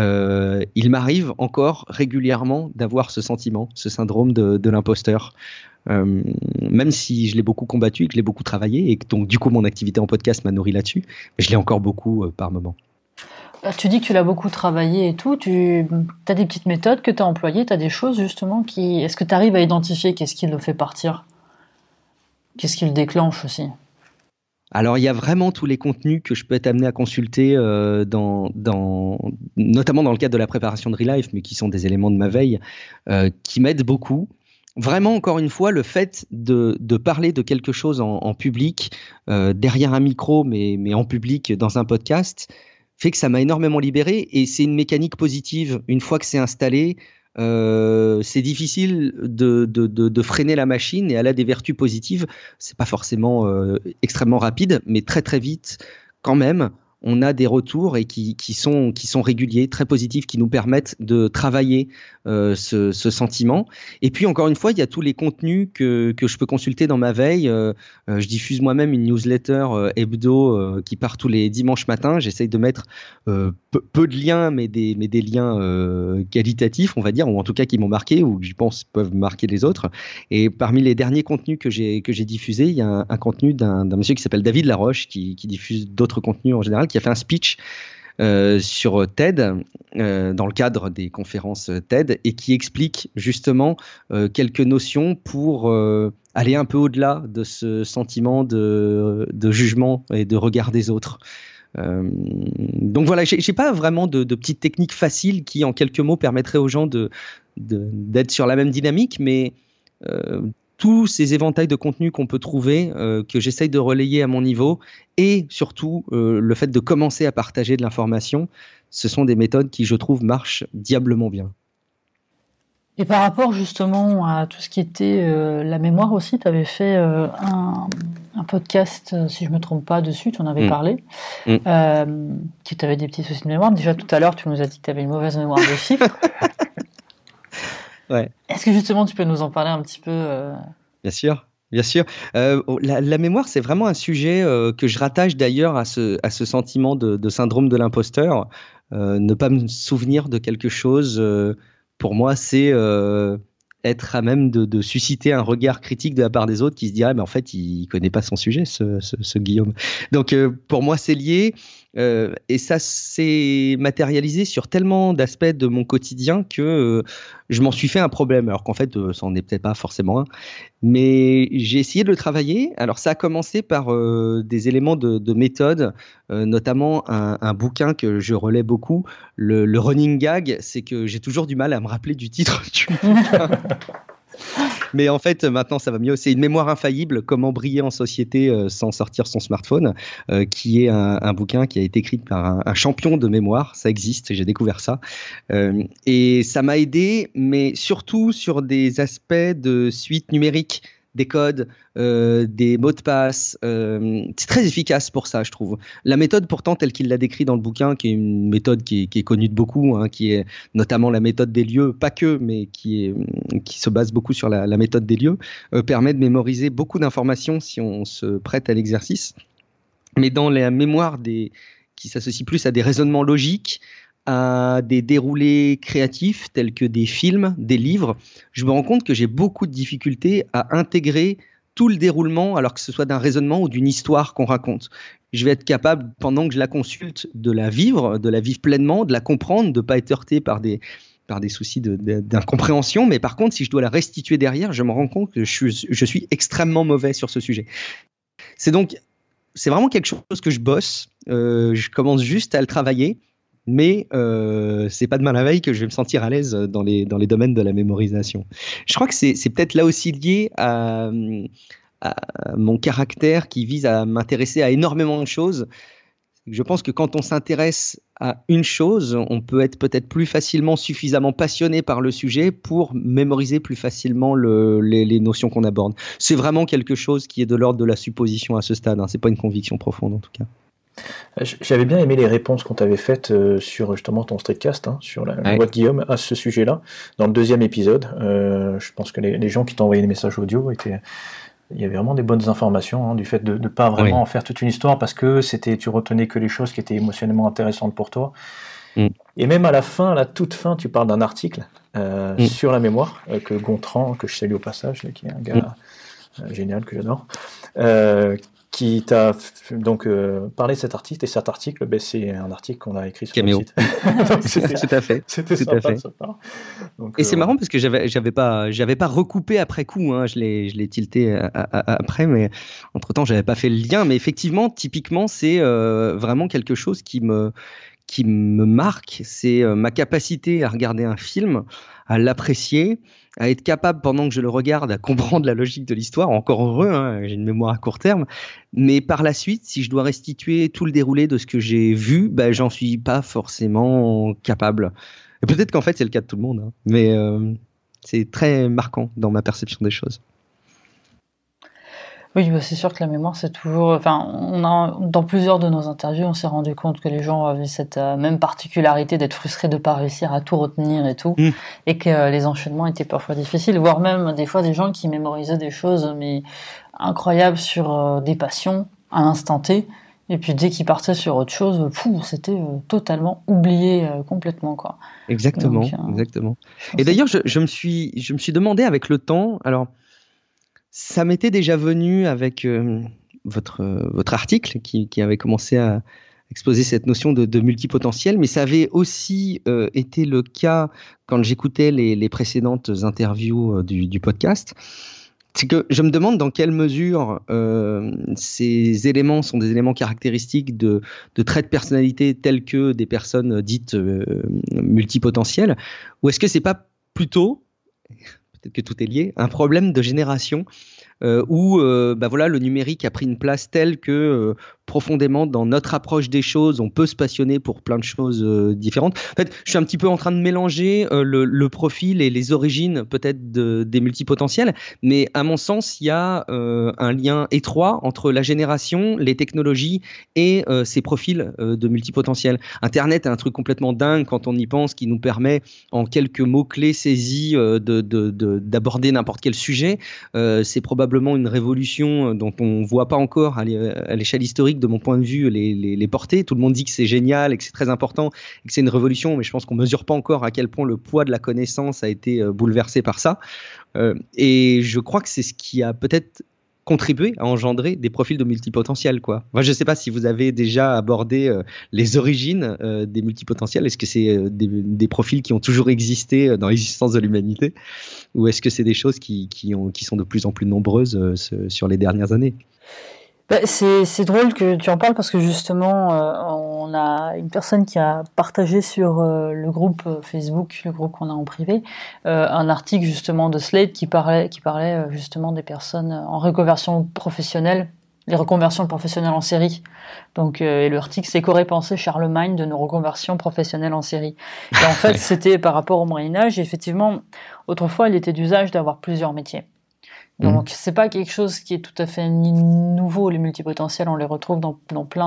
Il m'arrive encore régulièrement d'avoir ce sentiment, ce syndrome de l'imposteur. Même si je l'ai beaucoup combattu et que je l'ai beaucoup travaillé, et que donc du coup mon activité en podcast m'a nourri là-dessus, je l'ai encore beaucoup par moment. Tu dis que tu l'as beaucoup travaillé et tout, tu as des petites méthodes que tu as employées, tu as des choses justement qui... Est-ce que tu arrives à identifier qu'est-ce qui le fait partir? Qu'est-ce qui le déclenche aussi? Alors, il y a vraiment tous les contenus que je peux être amené à consulter, notamment dans le cadre de la préparation de Relife, mais qui sont des éléments de ma veille, qui m'aident beaucoup. Vraiment, encore une fois, le fait de parler de quelque chose en public, derrière un micro, mais en public, dans un podcast, fait que ça m'a énormément libéré, et c'est une mécanique positive. Une fois que c'est installé, c'est difficile de freiner la machine, et elle a des vertus positives. C'est pas forcément extrêmement rapide, mais très très vite quand même. On a des retours et qui sont réguliers, très positifs, qui nous permettent de travailler ce sentiment. Et puis, encore une fois, il y a tous les contenus que je peux consulter dans ma veille. Je diffuse moi-même une newsletter hebdo qui part tous les dimanches matins. J'essaye de mettre peu de liens, mais des liens qualitatifs, on va dire, ou en tout cas qui m'ont marqué, ou que je pense peuvent marquer les autres. Et parmi les derniers contenus que j'ai diffusés, il y a un contenu d'un monsieur qui s'appelle David Laroche, qui diffuse d'autres contenus en général, qui a fait un speech sur TED, dans le cadre des conférences TED, et qui explique justement quelques notions pour aller un peu au-delà de ce sentiment de jugement et de regard des autres. Donc voilà, j'ai pas vraiment de petites techniques faciles qui, en quelques mots, permettraient aux gens d'être sur la même dynamique, mais tous ces éventails de contenus qu'on peut trouver, que j'essaye de relayer à mon niveau, et surtout le fait de commencer à partager de l'information, ce sont des méthodes qui, je trouve, marchent diablement bien. Et par rapport justement à tout ce qui était la mémoire aussi, tu avais fait un podcast, si je ne me trompe pas, dessus, tu en avais parlé, qui t'avait des petits soucis de mémoire. Déjà tout à l'heure, tu nous as dit que tu avais une mauvaise mémoire de chiffres. Ouais. Est-ce que justement tu peux nous en parler un petit peu Bien sûr. Bien sûr. La mémoire, c'est vraiment un sujet que je rattache d'ailleurs à ce sentiment de syndrome de l'imposteur. Ne pas me souvenir de quelque chose, pour moi, c'est être à même de susciter un regard critique de la part des autres qui se diraient, mais en fait, il ne connaît pas son sujet, ce Guillaume. Donc, pour moi, c'est lié. Et ça s'est matérialisé sur tellement d'aspects de mon quotidien que je m'en suis fait un problème, alors qu'en fait, ça n'en est peut-être pas forcément un. Mais j'ai essayé de le travailler. Alors, ça a commencé par des éléments de méthode, notamment un bouquin que je relais beaucoup. Le running gag, c'est que j'ai toujours du mal à me rappeler du titre du bouquin. Mais en fait, maintenant, ça va mieux. C'est Une mémoire infaillible, comment briller en société sans sortir son smartphone, qui est un bouquin qui a été écrit par un champion de mémoire. Ça existe, j'ai découvert ça. Et ça m'a aidé, mais surtout sur des aspects de suite numérique, des codes, des mots de passe. C'est très efficace pour ça, je trouve. La méthode, pourtant, telle qu'il l'a décrit dans le bouquin, qui est une méthode qui est connue de beaucoup, qui est notamment la méthode des lieux, pas que, mais qui se base beaucoup sur la méthode des lieux, permet de mémoriser beaucoup d'informations si on se prête à l'exercice. Mais dans la mémoire qui s'associe plus à des raisonnements logiques, à des déroulés créatifs tels que des films, des livres, je me rends compte que j'ai beaucoup de difficultés à intégrer tout le déroulement, alors que ce soit d'un raisonnement ou d'une histoire qu'on raconte. Je vais être capable, pendant que je la consulte, de la vivre pleinement, de la comprendre, de ne pas être heurté par des soucis d'incompréhension, mais par contre, si je dois la restituer derrière, je me rends compte que je suis extrêmement mauvais sur ce sujet. C'est vraiment quelque chose que je bosse, je commence juste à le travailler. Mais c'est pas demain la veille que je vais me sentir à l'aise dans les domaines de la mémorisation. Je crois que c'est peut-être là aussi lié à mon caractère qui vise à m'intéresser à énormément de choses. Je pense que quand on s'intéresse à une chose, on peut être peut-être plus facilement suffisamment passionné par le sujet pour mémoriser plus facilement les notions qu'on aborde. C'est vraiment quelque chose qui est de l'ordre de la supposition à ce stade, hein. C'est pas une conviction profonde en tout cas. J'avais bien aimé les réponses qu'on t'avait faites sur justement ton streetcast, hein, sur la voix de Guillaume à ce sujet-là, dans le 2e épisode. Je pense que les gens qui t'ont envoyé des messages audio il y avait vraiment des bonnes informations, hein, du fait de ne pas vraiment en faire toute une histoire parce que tu retenais que les choses qui étaient émotionnellement intéressantes pour toi. Et même à la toute fin, tu parles d'un article sur la mémoire que Gontran, que je salue au passage, qui est un gars génial que j'adore, qui t'a donc parlé de cet article, et cet article, c'est un article qu'on a écrit sur Caméo. le site. Tout à fait. C'était sympa de sa part. Donc, et c'est marrant parce que j'avais pas recoupé après coup, hein, je l'ai tilté après, mais entre-temps j'avais pas fait le lien, mais effectivement, typiquement, c'est vraiment quelque chose qui me marque, c'est ma capacité à regarder un film, à l'apprécier, à être capable pendant que je le regarde à comprendre la logique de l'histoire, encore heureux, hein, j'ai une mémoire à court terme, mais par la suite, si je dois restituer tout le déroulé de ce que j'ai vu, j'en suis pas forcément capable. Et peut-être qu'en fait c'est le cas de tout le monde, hein, mais c'est très marquant dans ma perception des choses. Oui, c'est sûr que la mémoire, c'est toujours... dans plusieurs de nos interviews, on s'est rendu compte que les gens avaient cette même particularité d'être frustrés de ne pas réussir à tout retenir et tout, et que les enchaînements étaient parfois difficiles, voire même des fois des gens qui mémorisaient des choses mais incroyables sur des passions à l'instant T, et puis dès qu'ils partaient sur autre chose, c'était totalement oublié complètement, quoi. Exactement, exactement. Et d'ailleurs, je me suis demandé avec le temps, alors... Ça m'était déjà venu avec votre article qui avait commencé à exposer cette notion de multipotentiel, mais ça avait aussi été le cas quand j'écoutais les précédentes interviews du podcast. C'est que je me demande dans quelle mesure ces éléments sont des éléments caractéristiques de traits de personnalité tels que des personnes dites multipotentielles, ou est-ce que c'est pas plutôt, peut-être que tout est lié, un problème de génération où le numérique a pris une place telle que profondément dans notre approche des choses, on peut se passionner pour plein de choses différentes. En fait, je suis un petit peu en train de mélanger le profil et les origines peut-être des multipotentiels, mais à mon sens, il y a un lien étroit entre la génération, les technologies et ces profils de multipotentiels. Internet est un truc complètement dingue quand on y pense, qui nous permet en quelques mots-clés saisis d'aborder n'importe quel sujet. C'est probablement une révolution dont on ne voit pas encore à l'échelle historique, de mon point de vue, les portées. Tout le monde dit que c'est génial et que c'est très important et que c'est une révolution, mais je pense qu'on ne mesure pas encore à quel point le poids de la connaissance a été bouleversé par ça. Et je crois que c'est ce qui a peut-être contribué à engendrer des profils de multipotentiels, quoi. Moi, je ne sais pas si vous avez déjà abordé les origines des multipotentiels. Est-ce que c'est des profils qui ont toujours existé dans l'existence de l'humanité, ou est-ce que c'est des choses qui sont de plus en plus nombreuses sur les dernières années? C'est drôle que tu en parles parce que justement, on a une personne qui a partagé sur le groupe Facebook, le groupe qu'on a en privé, un article justement de Slate qui parlait justement des personnes en reconversion professionnelle, les reconversions professionnelles en série. Donc, et l'article, c'est qu'aurait pensé Charlemagne de nos reconversions professionnelles en série. Et en fait, c'était par rapport au Moyen-Âge. Et effectivement, autrefois, il était d'usage d'avoir plusieurs métiers. Donc, c'est pas quelque chose qui est tout à fait nouveau. Les multipotentiels, on les retrouve dans plein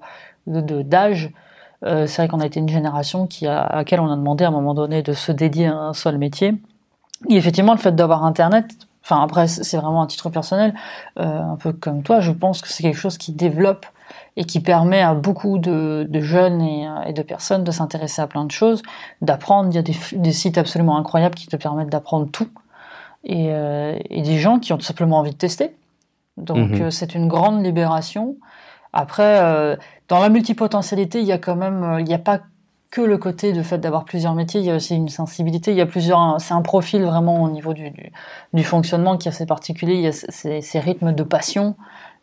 d'âges. C'est vrai qu'on a été une génération à laquelle on a demandé à un moment donné de se dédier à un seul métier. Et effectivement, le fait d'avoir Internet, enfin après, c'est vraiment un titre personnel, un peu comme toi, je pense que c'est quelque chose qui développe et qui permet à beaucoup de jeunes et de personnes de s'intéresser à plein de choses, d'apprendre. Il y a des sites absolument incroyables qui te permettent d'apprendre tout. Et des gens qui ont tout simplement envie de tester. Donc c'est une grande libération. Après, dans la multipotentialité, il y a quand même, il n'y a pas que le côté de fait d'avoir plusieurs métiers, il y a aussi une sensibilité, c'est un profil vraiment au niveau du fonctionnement qui est assez particulier, il y a ces rythmes de passion,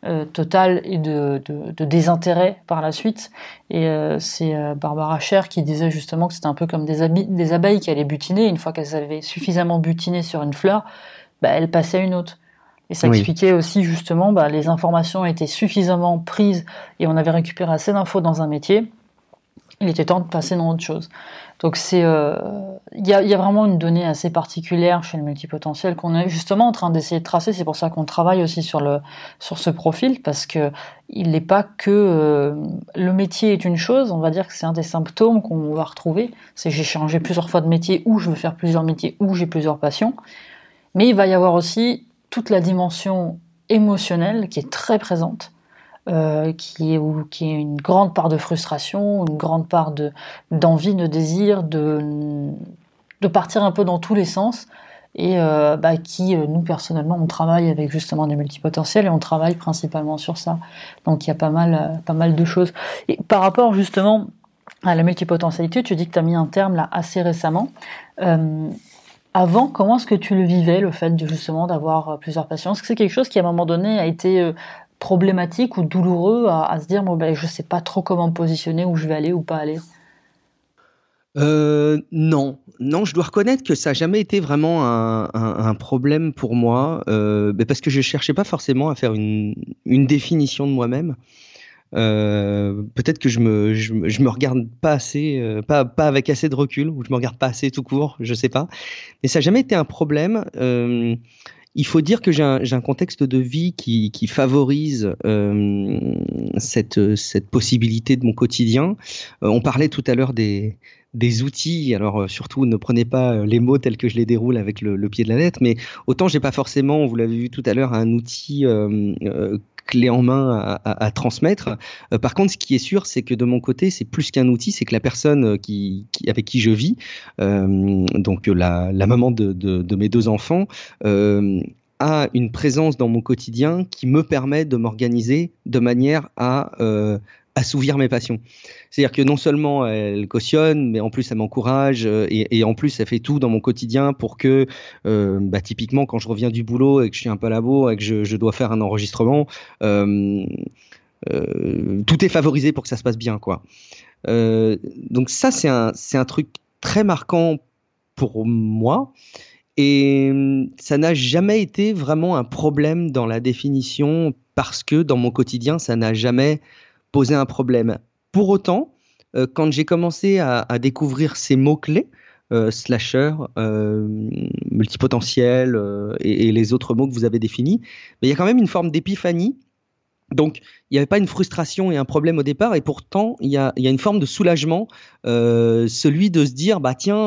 total et de désintérêt par la suite. Et c'est Barbara Sher qui disait justement que c'était un peu comme des abeilles qui allaient butiner. Une fois qu'elles avaient suffisamment butiné sur une fleur, elles passaient à une autre. Et ça expliquait aussi justement les informations étaient suffisamment prises et on avait récupéré assez d'infos dans un métier. Il était temps de passer dans autre chose. Donc il y a vraiment une donnée assez particulière chez le multipotentiel qu'on est justement en train d'essayer de tracer. C'est pour ça qu'on travaille aussi sur ce profil, parce que il n'est pas que le métier est une chose. On va dire que c'est un des symptômes qu'on va retrouver. C'est j'ai changé plusieurs fois de métier, ou je veux faire plusieurs métiers, ou j'ai plusieurs passions. Mais il va y avoir aussi toute la dimension émotionnelle qui est très présente. Qui est une grande part de frustration, une grande part d'envie, de désir, de partir un peu dans tous les sens, et nous personnellement on travaille avec justement des multipotentiels et on travaille principalement sur ça. Donc il y a pas mal de choses. Et par rapport justement à la multipotentialité, tu dis que tu as mis un terme là assez récemment. Avant, comment est-ce que tu le vivais, le fait justement d'avoir plusieurs passions? Est-ce que c'est quelque chose qui à un moment donné a été problématique ou douloureux à se dire je sais pas trop comment me positionner, où je vais aller ou pas aller? Non, je dois reconnaître que ça n'a jamais été vraiment un problème pour moi, parce que je cherchais pas forcément à faire une définition de moi-même. Peut-être que je me regarde pas assez, pas avec assez de recul, ou je me regarde pas assez tout court, je sais pas. Mais ça n'a jamais été un problème. Il faut dire que j'ai un contexte de vie qui favorise cette possibilité de mon quotidien. On parlait tout à l'heure des outils. Alors surtout, ne prenez pas les mots tels que je les déroule avec le pied de la lettre, mais autant j'ai pas forcément, vous l'avez vu tout à l'heure, un outil clé en main à transmettre. Par contre, ce qui est sûr, c'est que de mon côté, c'est plus qu'un outil, c'est que la personne avec qui je vis, donc la maman de mes deux enfants, a une présence dans mon quotidien qui me permet de m'organiser de manière à assouvir mes passions. C'est-à-dire que non seulement elle cautionne, mais en plus elle m'encourage, et en plus elle fait tout dans mon quotidien pour que, typiquement quand je reviens du boulot et que je suis un peu à la bourre et que je dois faire un enregistrement, tout est favorisé pour que ça se passe bien, quoi. Donc ça, c'est un truc très marquant pour moi. Et ça n'a jamais été vraiment un problème dans la définition, parce que dans mon quotidien, ça n'a jamais posé un problème. Pour autant, quand j'ai commencé à découvrir ces mots-clés, slasher, multipotentiel et les autres mots que vous avez définis, il y a quand même une forme d'épiphanie. Donc, il n'y avait pas une frustration et un problème au départ, et pourtant, il y a une forme de soulagement, celui de se dire,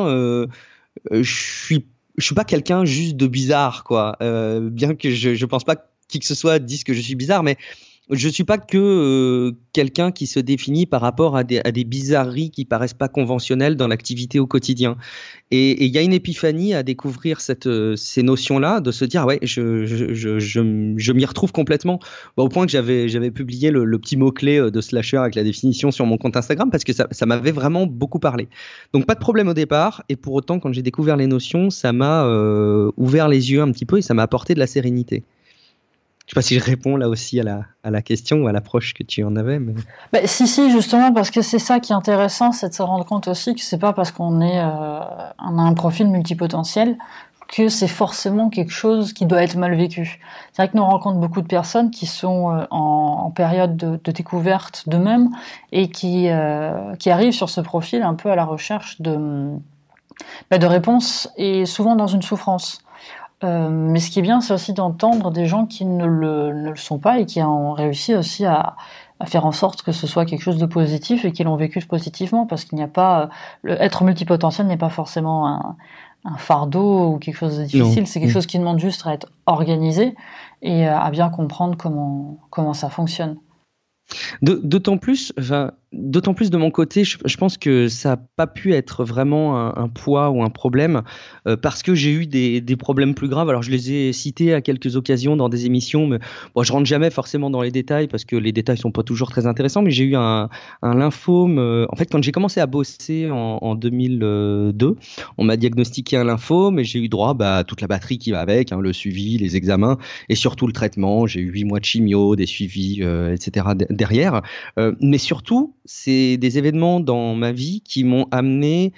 je suis pas quelqu'un juste de bizarre, quoi. Bien que je pense pas que qui que ce soit dise que je suis bizarre, mais je suis pas que quelqu'un qui se définit par rapport à des bizarreries qui paraissent pas conventionnelles dans l'activité au quotidien. Et il y a une épiphanie à découvrir ces notions-là, de se dire je m'y retrouve complètement, au point que j'avais publié le petit mot-clé de slasher avec la définition sur mon compte Instagram, parce que ça m'avait vraiment beaucoup parlé. Donc pas de problème au départ, et pour autant quand j'ai découvert les notions, ça m'a ouvert les yeux un petit peu et ça m'a apporté de la sérénité. Je sais pas si je réponds là aussi à la question ou à l'approche que tu en avais. Mais... Si, justement, parce que c'est ça qui est intéressant, c'est de se rendre compte aussi que c'est pas parce qu'on a un profil multipotentiel que c'est forcément quelque chose qui doit être mal vécu. C'est vrai que nous rencontrons beaucoup de personnes qui sont en période de découverte d'eux-mêmes et qui arrivent sur ce profil un peu à la recherche de réponses, et souvent dans une souffrance. Mais ce qui est bien, c'est aussi d'entendre des gens qui ne le sont pas et qui ont réussi aussi à faire en sorte que ce soit quelque chose de positif et qui l'ont vécu positivement, parce qu'il n'y a pas être multipotentiel n'est pas forcément un fardeau ou quelque chose de difficile. Non. C'est quelque chose qui demande juste à être organisé et à bien comprendre comment ça fonctionne. D'autant plus, d'autant plus de mon côté, je pense que ça n'a pas pu être vraiment un poids ou un problème parce que j'ai eu des problèmes plus graves. Alors, je les ai cités à quelques occasions dans des émissions, mais bon, je rentre jamais forcément dans les détails parce que les détails sont pas toujours très intéressants. Mais j'ai eu un lymphome. En fait, quand j'ai commencé à bosser en 2002, on m'a diagnostiqué un lymphome et j'ai eu droit à toute la batterie qui va avec, hein, le suivi, les examens et surtout le traitement. J'ai eu 8 mois de chimio, des suivis, etc. derrière. Mais surtout, c'est des événements dans ma vie qui m'ont amené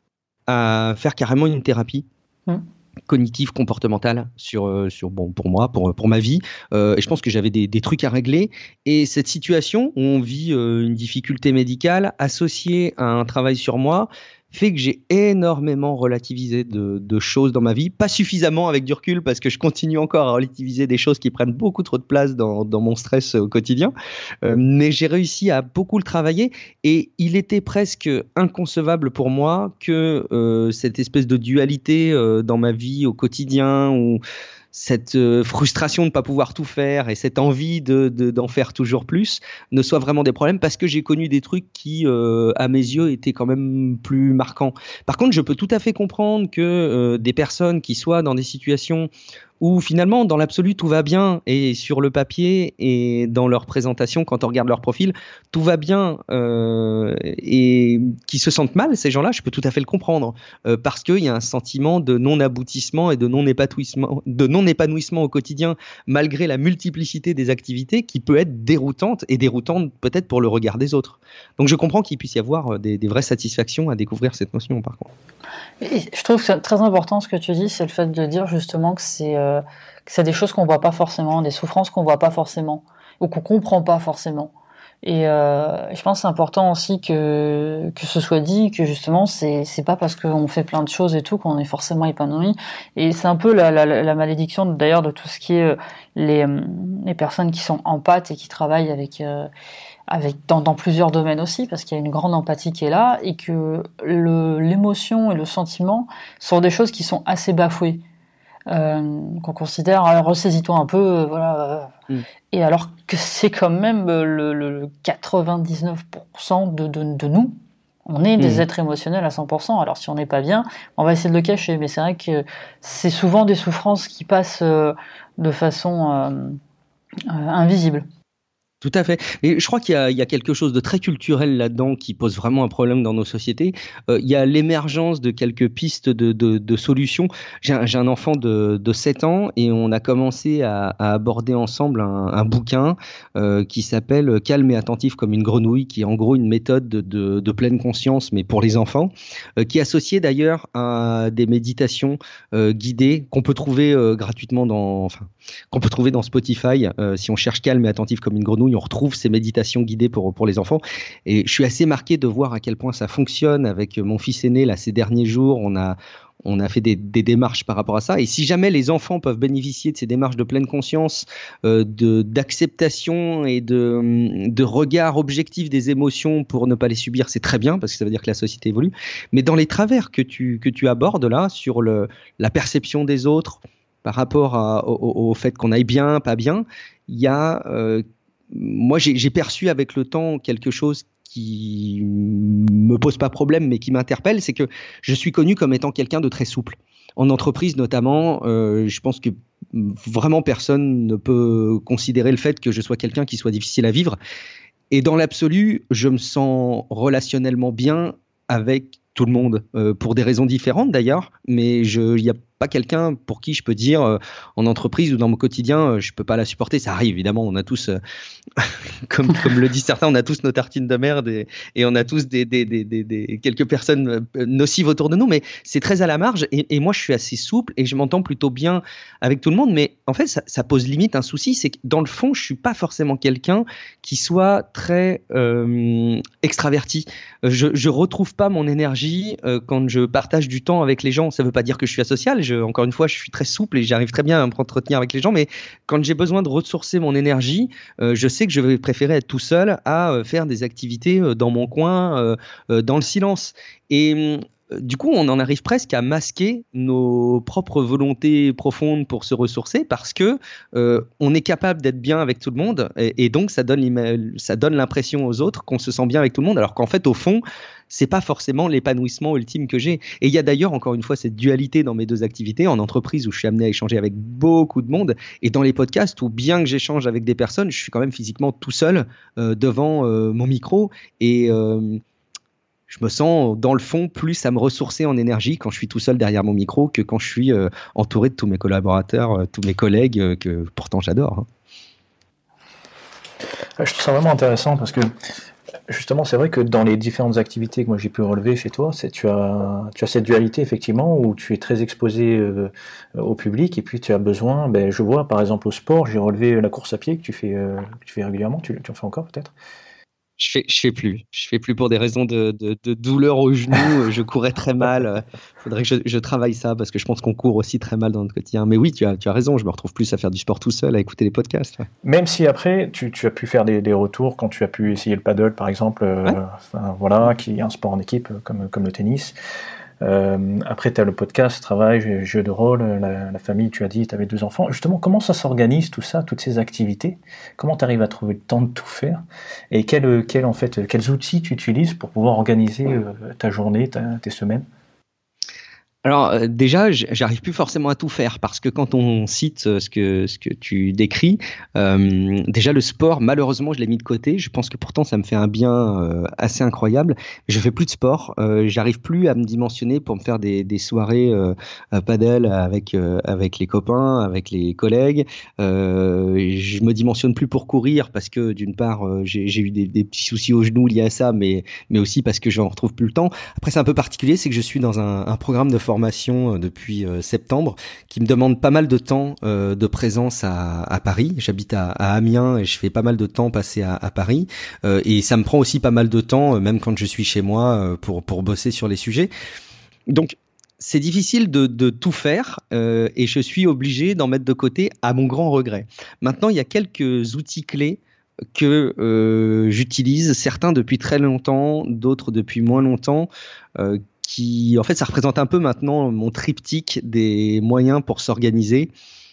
à faire carrément une thérapie cognitive comportementale pour moi, pour ma vie. Et je pense que j'avais des trucs à régler. Et cette situation où on vit une difficulté médicale associée à un travail sur moi fait que j'ai énormément relativisé de choses dans ma vie, pas suffisamment avec du recul parce que je continue encore à relativiser des choses qui prennent beaucoup trop de place dans mon stress au quotidien, mais j'ai réussi à beaucoup le travailler et il était presque inconcevable pour moi que cette espèce de dualité dans ma vie au quotidien où cette frustration de ne pas pouvoir tout faire et cette envie d'en faire toujours plus ne soient vraiment des problèmes parce que j'ai connu des trucs qui, à mes yeux, étaient quand même plus marquants. Par contre, je peux tout à fait comprendre que des personnes qui soient dans des situations où finalement, dans l'absolu, tout va bien et sur le papier et dans leur présentation, quand on regarde leur profil, tout va bien et qui se sentent mal, ces gens-là, je peux tout à fait le comprendre parce qu'il y a un sentiment de non-aboutissement et de non-épanouissement au quotidien malgré la multiplicité des activités qui peut être déroutante et déroutante peut-être pour le regard des autres. Donc je comprends qu'il puisse y avoir des vraies satisfactions à découvrir cette notion par contre. Et je trouve que c'est très important ce que tu dis, c'est le fait de dire justement que c'est des choses qu'on voit pas forcément, des souffrances qu'on voit pas forcément ou qu'on comprend pas forcément. Et je pense que c'est important aussi que ce soit dit que justement c'est pas parce qu'on fait plein de choses et tout qu'on est forcément épanoui. Et c'est un peu la malédiction d'ailleurs de tout ce qui est les personnes qui sont empathes et qui travaillent dans plusieurs domaines aussi, parce qu'il y a une grande empathie qui est là et que l'émotion et le sentiment sont des choses qui sont assez bafouées. Qu'on considère, alors ressaisis-toi un peu, voilà. Et alors que c'est quand même le 99% de nous. On est des êtres émotionnels à 100%. Alors si on n'est pas bien, on va essayer de le cacher. Mais c'est vrai que c'est souvent des souffrances qui passent de façon invisible. Tout à fait. Et je crois qu'il y a quelque chose de très culturel là-dedans qui pose vraiment un problème dans nos sociétés. Il y a l'émergence de quelques pistes de solutions. J'ai un enfant de 7 ans et on a commencé à aborder ensemble un bouquin qui s'appelle Calme et attentif comme une grenouille, qui est en gros une méthode de pleine conscience, mais pour les enfants, qui est associée d'ailleurs à des méditations guidées qu'on peut trouver gratuitement qu'on peut trouver dans Spotify. Si on cherche Calme et attentif comme une grenouille, on retrouve ces méditations guidées pour les enfants. Et je suis assez marqué de voir à quel point ça fonctionne avec mon fils aîné. Là, ces derniers jours, on a fait des démarches par rapport à ça. Et si jamais les enfants peuvent bénéficier de ces démarches de pleine conscience, d'acceptation et de regard objectif des émotions pour ne pas les subir, c'est très bien parce que ça veut dire que la société évolue. Mais dans les travers que tu abordes là, sur la perception des autres par rapport au fait qu'on aille bien, pas bien, il y a... moi, j'ai perçu avec le temps quelque chose qui me pose pas problème, mais qui m'interpelle, c'est que je suis connu comme étant quelqu'un de très souple. En entreprise notamment, je pense que vraiment personne ne peut considérer le fait que je sois quelqu'un qui soit difficile à vivre. Et dans l'absolu, je me sens relationnellement bien avec tout le monde, pour des raisons différentes d'ailleurs, mais il y a pas quelqu'un pour qui je peux dire en entreprise ou dans mon quotidien, je peux pas la supporter. Ça arrive évidemment, on a tous, comme le disent certains, on a tous nos tartines de merde et on a tous quelques personnes nocives autour de nous, mais c'est très à la marge. Et moi, je suis assez souple et je m'entends plutôt bien avec tout le monde, mais en fait, ça pose limite un souci, c'est que dans le fond, je suis pas forcément quelqu'un qui soit très extraverti. Je retrouve pas mon énergie quand je partage du temps avec les gens. Ça veut pas dire que je suis asocial. Encore une fois, je suis très souple et j'arrive très bien à me entretenir avec les gens, mais quand j'ai besoin de ressourcer mon énergie, je sais que je vais préférer être tout seul à faire des activités dans mon coin, dans le silence. Et du coup, on en arrive presque à masquer nos propres volontés profondes pour se ressourcer parce que on est capable d'être bien avec tout le monde et donc ça donne l'impression aux autres qu'on se sent bien avec tout le monde, alors qu'en fait, au fond, c'est pas forcément l'épanouissement ultime que j'ai. Et il y a d'ailleurs, encore une fois, cette dualité dans mes deux activités, en entreprise où je suis amené à échanger avec beaucoup de monde, et dans les podcasts où, bien que j'échange avec des personnes, je suis quand même physiquement tout seul devant mon micro et je me sens, dans le fond, plus à me ressourcer en énergie quand je suis tout seul derrière mon micro que quand je suis entouré de tous mes collaborateurs, tous mes collègues, que pourtant j'adore. Hein. Je trouve ça vraiment intéressant parce que, justement, c'est vrai que dans les différentes activités que moi j'ai pu relever chez toi, tu as cette dualité, effectivement, où tu es très exposé au public et puis tu as besoin, je vois, par exemple, au sport, j'ai relevé la course à pied que tu fais régulièrement, tu en fais encore peut-être? Je fais plus pour des raisons de douleur au genou. Je courais très mal. Faudrait que je travaille ça parce que je pense qu'on court aussi très mal dans notre quotidien. Mais oui, tu as raison. Je me retrouve plus à faire du sport tout seul, à écouter les podcasts. Ouais. Même si après, tu as pu faire des retours quand tu as pu essayer le paddle, par exemple, voilà, qui est un sport en équipe comme le tennis. Après, tu as le podcast, travail, jeu de rôle, la famille, tu as dit, tu avais 2 enfants. Justement, comment ça s'organise tout ça, toutes ces activités? Comment tu arrives à trouver le temps de tout faire? Et quels outils tu utilises pour pouvoir organiser ta journée, tes semaines? Alors déjà, j'arrive plus forcément à tout faire parce que quand on cite ce que tu décris, déjà le sport, malheureusement, je l'ai mis de côté. Je pense que pourtant ça me fait un bien assez incroyable. Je fais plus de sport. J'arrive plus à me dimensionner pour me faire des soirées paddle avec les copains, avec les collègues. Je me dimensionne plus pour courir parce que d'une part j'ai eu des petits soucis aux genoux liés à ça, mais aussi parce que j'en retrouve plus le temps. Après, c'est un peu particulier, c'est que je suis dans un programme de formation depuis septembre qui me demande pas mal de temps de présence à Paris. J'habite à Amiens et je fais pas mal de temps passé à Paris et ça me prend aussi pas mal de temps même quand je suis chez moi pour bosser sur les sujets. Donc c'est difficile de tout faire et je suis obligé d'en mettre de côté à mon grand regret. Maintenant, il y a quelques outils clés que j'utilise, certains depuis très longtemps, d'autres depuis moins longtemps, qui, en fait, ça représente un peu maintenant mon triptyque des moyens pour s'organiser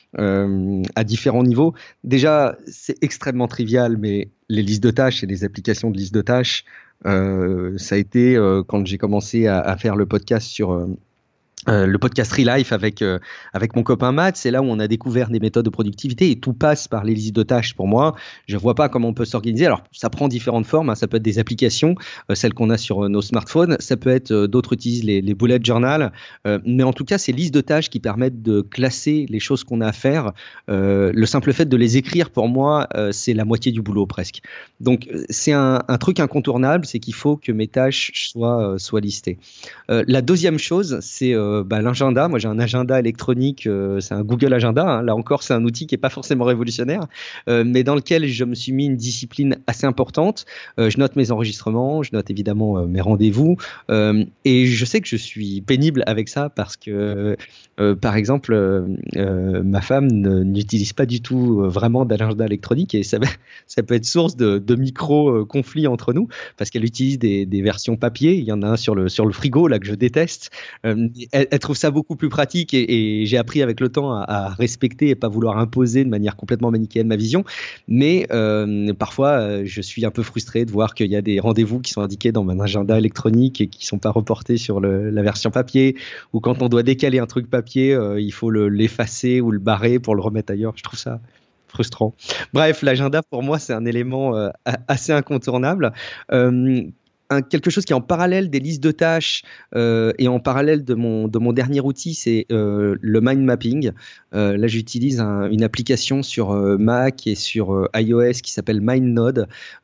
à différents niveaux. Déjà, c'est extrêmement trivial, mais les listes de tâches et les applications de listes de tâches, ça a été quand j'ai commencé à faire le podcast sur le podcast Relife avec mon copain Matt, c'est là où on a découvert des méthodes de productivité et tout passe par les listes de tâches pour moi. Je vois pas comment on peut s'organiser. Alors ça prend différentes formes, hein. Ça peut être des applications, celles qu'on a sur nos smartphones, ça peut être d'autres utilisent les bullet journal, mais en tout cas ces listes de tâches qui permettent de classer les choses qu'on a à faire. Le simple fait de les écrire pour moi, c'est la moitié du boulot presque. Donc c'est un truc incontournable, c'est qu'il faut que mes tâches soient listées. La deuxième chose, c'est l'agenda. Moi, j'ai un agenda électronique, c'est un Google Agenda. Hein. Là encore, c'est un outil qui est pas forcément révolutionnaire, mais dans lequel je me suis mis une discipline assez importante. Je note mes enregistrements, je note évidemment mes rendez-vous, et je sais que je suis pénible avec ça parce que, par exemple, ma femme n'utilise pas du tout vraiment d'agenda électronique et ça peut être source de micro-conflits entre nous parce qu'elle utilise des versions papier. Il y en a un sur le frigo là que je déteste. Elle trouve ça beaucoup plus pratique et j'ai appris avec le temps à respecter et pas vouloir imposer de manière complètement manichéenne ma vision. Mais parfois, je suis un peu frustré de voir qu'il y a des rendez-vous qui sont indiqués dans mon agenda électronique et qui sont pas reportés sur la version papier. Ou quand on doit décaler un truc papier, il faut l'effacer ou le barrer pour le remettre ailleurs. Je trouve ça frustrant. Bref, l'agenda pour moi c'est un élément assez incontournable. Quelque chose qui est en parallèle des listes de tâches et en parallèle de mon dernier outil, c'est le mind mapping. Là, j'utilise une application sur Mac et sur iOS qui s'appelle MindNode.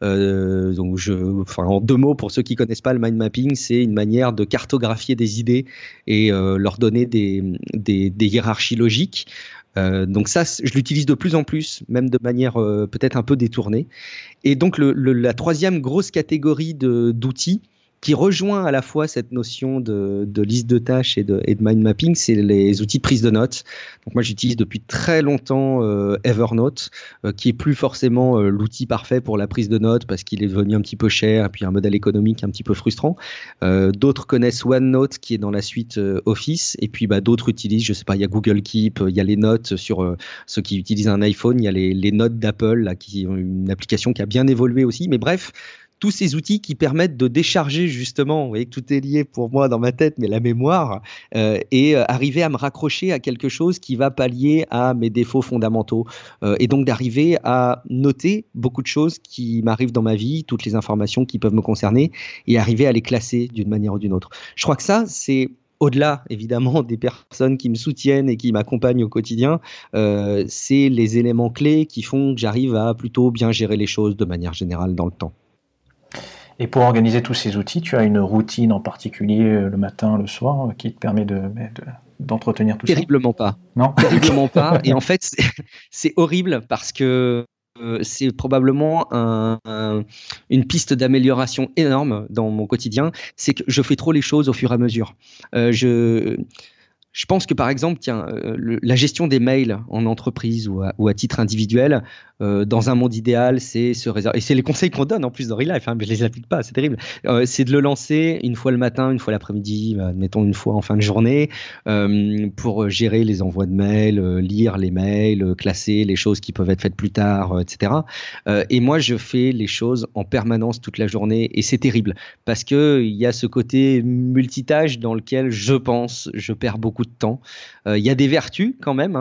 Donc, en 2 mots, pour ceux qui connaissent pas le mind mapping, c'est une manière de cartographier des idées et leur donner des hiérarchies logiques. Donc ça, je l'utilise de plus en plus, même de manière peut-être un peu détournée. Et donc la troisième grosse catégorie d'outils, qui rejoint à la fois cette notion de liste de tâches et de mind mapping, c'est les outils de prise de notes. Donc moi j'utilise depuis très longtemps Evernote, qui est plus forcément l'outil parfait pour la prise de notes parce qu'il est devenu un petit peu cher et puis un modèle économique un petit peu frustrant. D'autres connaissent OneNote qui est dans la suite Office, et puis d'autres utilisent, je sais pas, il y a Google Keep, il y a les notes sur ceux qui utilisent un iPhone, il y a les notes d'Apple là, qui ont une application qui a bien évolué aussi, mais bref, tous ces outils qui permettent de décharger justement, vous voyez que tout est lié pour moi dans ma tête, mais la mémoire, et arriver à me raccrocher à quelque chose qui va pallier à mes défauts fondamentaux, et donc d'arriver à noter beaucoup de choses qui m'arrivent dans ma vie, toutes les informations qui peuvent me concerner, et arriver à les classer d'une manière ou d'une autre. Je crois que ça, c'est au-delà, évidemment, des personnes qui me soutiennent et qui m'accompagnent au quotidien, c'est les éléments clés qui font que j'arrive à plutôt bien gérer les choses de manière générale dans le temps. Et pour organiser tous ces outils, tu as une routine en particulier le matin, le soir, qui te permet d'entretenir tout ça? Terriblement pas. Non. Terriblement pas. Et en fait, c'est horrible parce que c'est probablement une piste d'amélioration énorme dans mon quotidien. C'est que je fais trop les choses au fur et à mesure. Je pense que par exemple, la gestion des mails en entreprise ou à titre individuel, dans un monde idéal, c'est se réserver. Et c'est les conseils qu'on donne en plus dans Real Life, mais je les applique pas, c'est terrible. C'est de le lancer une fois le matin, une fois l'après-midi, admettons une fois en fin de journée, pour gérer les envois de mails, lire les mails, classer les choses qui peuvent être faites plus tard, etc. Et moi, je fais les choses en permanence toute la journée, et c'est terrible parce que il y a ce côté multitâche dans lequel je perds beaucoup de temps. Il y a des vertus quand même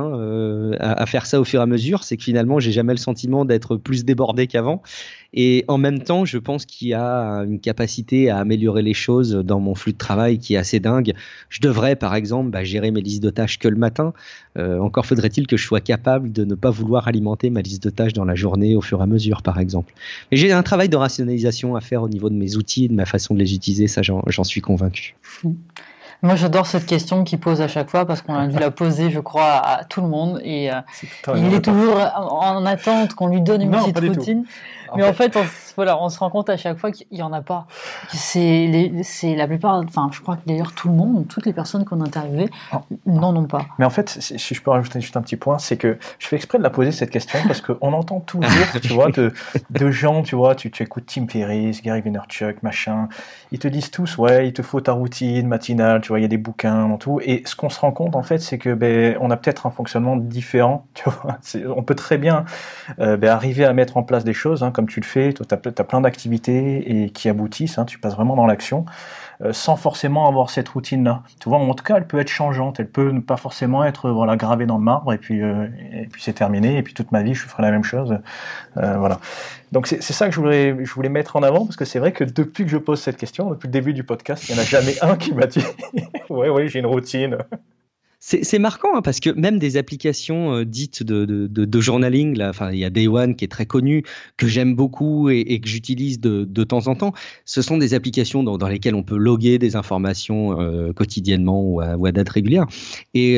à faire ça au fur et à mesure, c'est que finalement j'ai jamais le sentiment d'être plus débordé qu'avant, et en même temps je pense qu'il y a une capacité à améliorer les choses dans mon flux de travail qui est assez dingue. Je devrais par exemple gérer mes listes de tâches que le matin, encore faudrait-il que je sois capable de ne pas vouloir alimenter ma liste de tâches dans la journée au fur et à mesure par exemple. Mais j'ai un travail de rationalisation à faire au niveau de mes outils et de ma façon de les utiliser, ça j'en suis convaincu. Moi, j'adore cette question qu'il pose à chaque fois parce qu'on a dû la poser, je crois, à tout le monde. Et il est toujours en attente qu'on lui donne une petite routine. Mais en fait, on se rend compte à chaque fois qu'il n'y en a pas. C'est la plupart, enfin, je crois que d'ailleurs tout le monde, toutes les personnes qu'on a interviewées, n'en ont pas. Mais en fait, si je peux rajouter juste un petit point, c'est que je fais exprès de la poser cette question parce qu'on entend toujours, tu vois, de gens, tu vois, tu écoutes Tim Ferriss, Gary Vaynerchuk, machin, ils te disent tous, ouais, il te faut ta routine matinale, tu vois, il y a des bouquins dans tout. Et ce qu'on se rend compte, en fait, c'est que on a peut-être un fonctionnement différent, tu vois. On peut très bien arriver à mettre en place des choses, comme tu le fais, toi, tu as plein d'activités et qui aboutissent, tu passes vraiment dans l'action, sans forcément avoir cette routine-là. Tu vois, en tout cas, elle peut être changeante, elle peut ne pas forcément être gravée dans le marbre, et puis c'est terminé, et puis toute ma vie, je ferai la même chose. Voilà. Donc c'est ça que je voulais mettre en avant, parce que c'est vrai que depuis que je pose cette question, depuis le début du podcast, il n'y en a jamais un qui m'a dit « Ouais, j'ai une routine ». C'est marquant parce que même des applications dites de journaling, là, il y a Day One qui est très connu, que j'aime beaucoup et que j'utilise de temps en temps. Ce sont des applications dans lesquelles on peut loguer des informations quotidiennement ou à date régulière. Et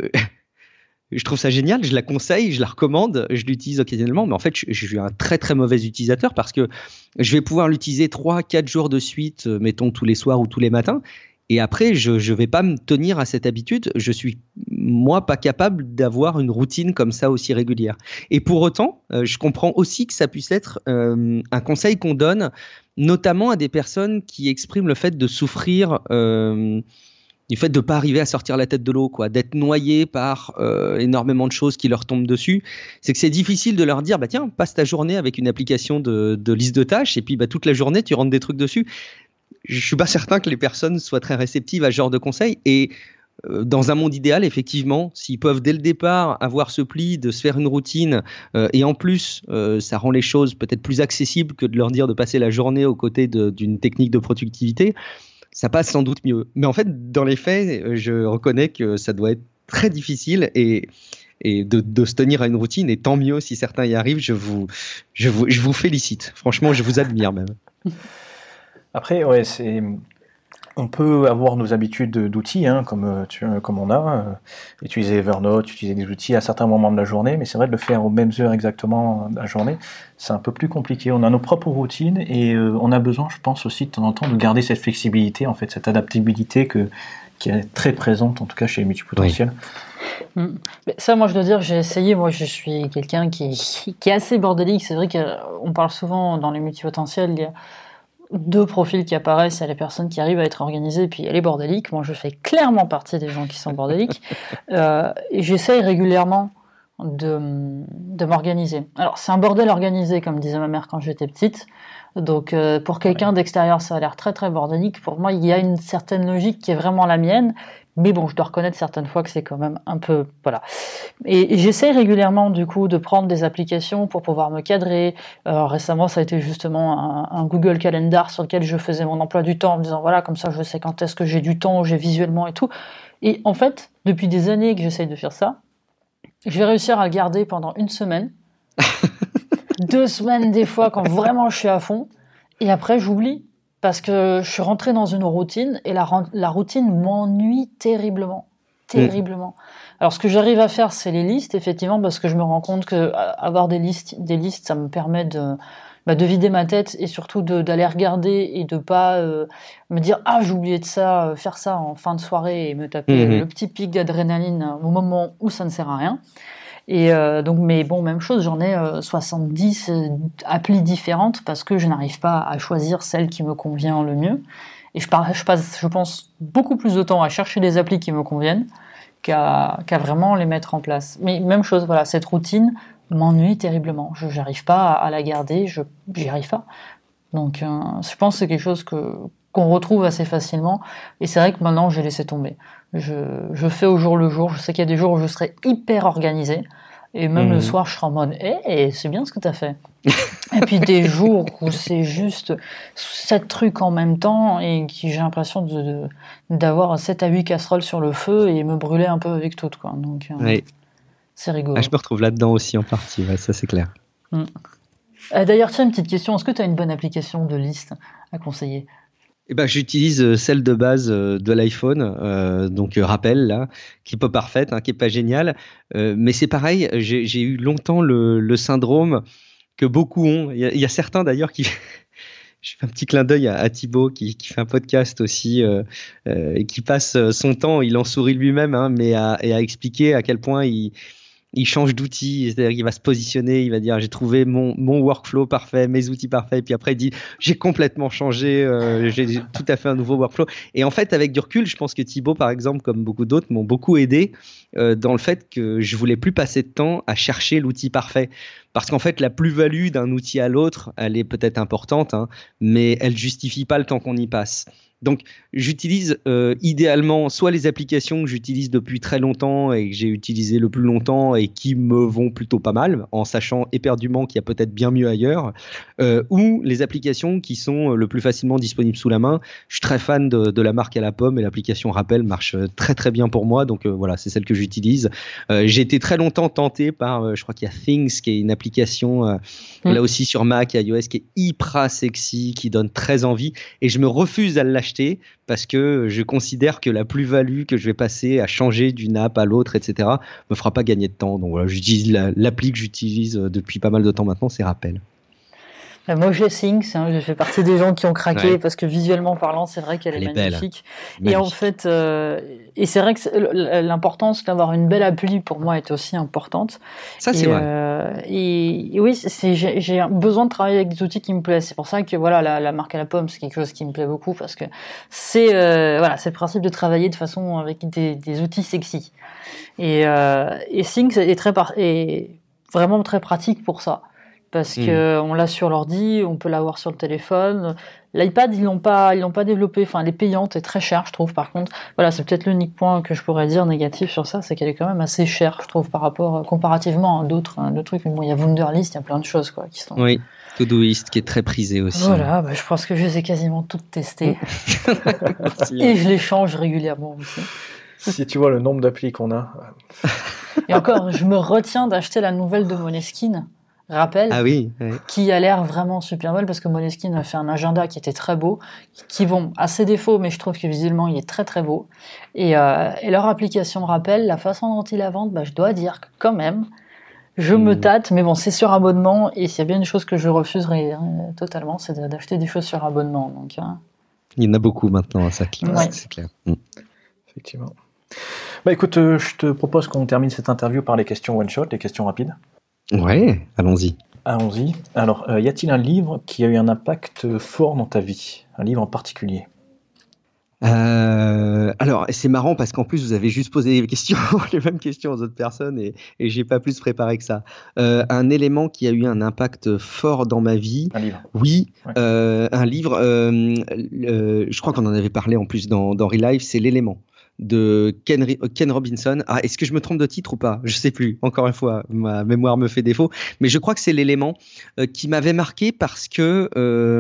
je trouve ça génial, je la conseille, je la recommande, je l'utilise occasionnellement, mais en fait, je suis un très très mauvais utilisateur parce que je vais pouvoir l'utiliser 3-4 jours de suite, mettons tous les soirs ou tous les matins. Et après, je ne vais pas me tenir à cette habitude. Je suis, moi, pas capable d'avoir une routine comme ça aussi régulière. Et pour autant, je comprends aussi que ça puisse être un conseil qu'on donne, notamment à des personnes qui expriment le fait de souffrir du fait de ne pas arriver à sortir la tête de l'eau, d'être noyé par énormément de choses qui leur tombent dessus. C'est que c'est difficile de leur dire, tiens, passe ta journée avec une application de liste de tâches, et puis toute la journée, tu rentres des trucs dessus. Je suis pas certain que les personnes soient très réceptives à ce genre de conseils, et dans un monde idéal, effectivement, s'ils peuvent dès le départ avoir ce pli de se faire une routine, et en plus ça rend les choses peut-être plus accessibles que de leur dire de passer la journée aux côtés d'une technique de productivité, ça passe sans doute mieux. Mais en fait, dans les faits, je reconnais que ça doit être très difficile, et de se tenir à une routine, et tant mieux si certains y arrivent. Je vous félicite, franchement, je vous admire même. Après, ouais, On peut avoir nos habitudes d'outils, hein, comme on a, utiliser Evernote, utiliser des outils à certains moments de la journée, mais c'est vrai de le faire aux mêmes heures exactement de la journée, c'est un peu plus compliqué. On a nos propres routines et on a besoin, je pense aussi de temps en temps, de garder cette flexibilité, en fait, cette adaptabilité qui est très présente, en tout cas chez les multipotentiels. Mais ça, moi, je dois dire, j'ai essayé. Moi, je suis quelqu'un qui est assez bordélique. C'est vrai qu'on parle souvent dans les multipotentiels, il y a 2 profils qui apparaissent, il y a les personnes qui arrivent à être organisées, puis il y a les bordéliques. Moi, je fais clairement partie des gens qui sont bordéliques. Et j'essaye régulièrement de m'organiser. Alors, c'est un bordel organisé, comme disait ma mère quand j'étais petite. Donc, pour quelqu'un d'extérieur, ça a l'air très, très bordélique. Pour moi, il y a une certaine logique qui est vraiment la mienne. Mais bon, je dois reconnaître certaines fois que c'est quand même un peu... Voilà. Et j'essaie régulièrement, du coup, de prendre des applications pour pouvoir me cadrer. Récemment, ça a été justement un Google Calendar sur lequel je faisais mon emploi du temps en me disant, voilà, comme ça, je sais quand est-ce que j'ai du temps, j'ai visuellement et tout. Et en fait, depuis des années que j'essaye de faire ça, je vais réussir à le garder pendant 1 semaine, 2 semaines des fois, quand vraiment je suis à fond. Et après, j'oublie. Parce que je suis rentrée dans une routine et la routine m'ennuie terriblement. Terriblement. Alors, ce que j'arrive à faire, c'est les listes, effectivement, parce que je me rends compte que avoir des listes, ça me permet de vider ma tête et surtout d'aller regarder et de pas me dire « Ah, j'ai oublié de ça, faire ça en fin de soirée et me taper le petit pic d'adrénaline au moment où ça ne sert à rien. » Et donc, mais bon, même chose, j'en ai 70 applis différentes parce que je n'arrive pas à choisir celle qui me convient le mieux. Et je passe, je pense, beaucoup plus de temps à chercher des applis qui me conviennent qu'à vraiment les mettre en place. Mais même chose, voilà, cette routine m'ennuie terriblement. Je n'arrive pas à la garder, j'y arrive pas. Donc, je pense que c'est quelque chose qu'on retrouve assez facilement. Et c'est vrai que maintenant, j'ai laissé tomber. Je fais au jour le jour. Je sais qu'il y a des jours où je serai hyper organisée. Et même le soir, je serai en mode c'est bien ce que tu as fait. Et puis des jours où c'est juste 7 trucs en même temps et que j'ai l'impression d'avoir 7 à 8 casseroles sur le feu et me brûler un peu avec toutes, quoi. Donc, oui. C'est rigolo. Ah, je me retrouve là-dedans aussi en partie, ouais, ça c'est clair. D'ailleurs, tiens, une petite question. Est-ce que tu as une bonne application de liste à conseiller ? Eh ben, j'utilise celle de base de l'iPhone, donc Rappel, là, qui n'est pas parfaite, qui n'est pas géniale. Mais c'est pareil, j'ai eu longtemps le syndrome que beaucoup ont. Il y a certains d'ailleurs qui... Je fais un petit clin d'œil à Thibaut qui fait un podcast aussi et qui passe son temps, il en sourit lui-même, mais à expliquer à quel point il change d'outil, c'est-à-dire qu'il va se positionner, il va dire j'ai trouvé mon workflow parfait, mes outils parfaits, et puis après il dit j'ai complètement changé, j'ai tout à fait un nouveau workflow. Et en fait, avec du recul, je pense que Thibaut, par exemple, comme beaucoup d'autres, m'ont beaucoup aidé dans le fait que je voulais plus passer de temps à chercher l'outil parfait. Parce qu'en fait, la plus-value d'un outil à l'autre, elle est peut-être importante, mais elle justifie pas le temps qu'on y passe. Donc, j'utilise idéalement soit les applications que j'utilise depuis très longtemps et que j'ai utilisées le plus longtemps et qui me vont plutôt pas mal, en sachant éperdument qu'il y a peut-être bien mieux ailleurs, ou les applications qui sont le plus facilement disponibles sous la main. Je suis très fan de la marque à la pomme et l'application Rappel marche très très bien pour moi, donc voilà, c'est celle que j'utilise. J'ai été très longtemps tenté par, je crois qu'il y a Things, qui est une application là aussi sur Mac et iOS qui est hyper sexy, qui donne très envie, et je me refuse à l'acheter parce que je considère que la plus-value que je vais passer à changer d'une app à l'autre, etc., me fera pas gagner de temps. Donc voilà, j'utilise l'appli que j'utilise depuis pas mal de temps maintenant, c'est Rappel. Moi j'ai Things, je fais partie des gens qui ont craqué parce que visuellement parlant, c'est vrai qu'elle est magnifique. Et en fait, et c'est vrai que l'importance d'avoir une belle appli pour moi est aussi importante. Ça c'est vrai. Et oui, j'ai besoin de travailler avec des outils qui me plaisent. C'est pour ça que voilà, la marque à la pomme, c'est quelque chose qui me plaît beaucoup parce que c'est c'est le principe de travailler de façon avec des outils sexy. Et Things est vraiment très pratique pour ça. Parce qu'on l'a sur l'ordi, on peut l'avoir sur le téléphone. L'iPad, ils l'ont pas développé. Enfin, elle est payante et très chère, je trouve. Par contre, voilà, c'est peut-être l'unique point que je pourrais dire négatif sur ça, c'est qu'elle est quand même assez chère, je trouve, comparativement à d'autres trucs. Mais bon, il y a Wunderlist, il y a plein de choses, quoi, qui sont. Oui, Todoist, qui est très prisé aussi. Voilà, je pense que je les ai quasiment toutes testées. Et je les change régulièrement aussi. Si tu vois le nombre d'applis qu'on a. Et encore, je me retiens d'acheter la nouvelle de Måneskin. rappel, Ah oui, ouais. qui a l'air vraiment super belle parce que Moleskine a fait un agenda qui était très beau, qui a ses défauts, mais je trouve que visuellement il est très très beau. Et leur application de rappel, la façon dont ils la vendent, je dois dire que quand même, je me tâte, mais bon, c'est sur abonnement, et s'il y a bien une chose que je refuserais totalement, c'est d'acheter des choses sur abonnement. Donc, il y en a beaucoup maintenant, ça, c'est clair. Effectivement. Écoute, je te propose qu'on termine cette interview par les questions one-shot, les questions rapides. Ouais, allons-y. Allons-y. Alors, y a-t-il un livre qui a eu un impact fort dans ta vie? Un livre en particulier? Alors, c'est marrant parce qu'en plus, vous avez juste posé les mêmes questions aux autres personnes et j'ai pas plus préparé que ça. Un élément qui a eu un impact fort dans ma vie. Un livre. Oui, ouais. Un livre. Je crois qu'on en avait parlé en plus dans Real Life, c'est L'élément de Ken Robinson. Ah, est-ce que je me trompe de titre ou pas? Je sais plus. Encore une fois, ma mémoire me fait défaut. Mais je crois que c'est L'élément qui m'avait marqué parce que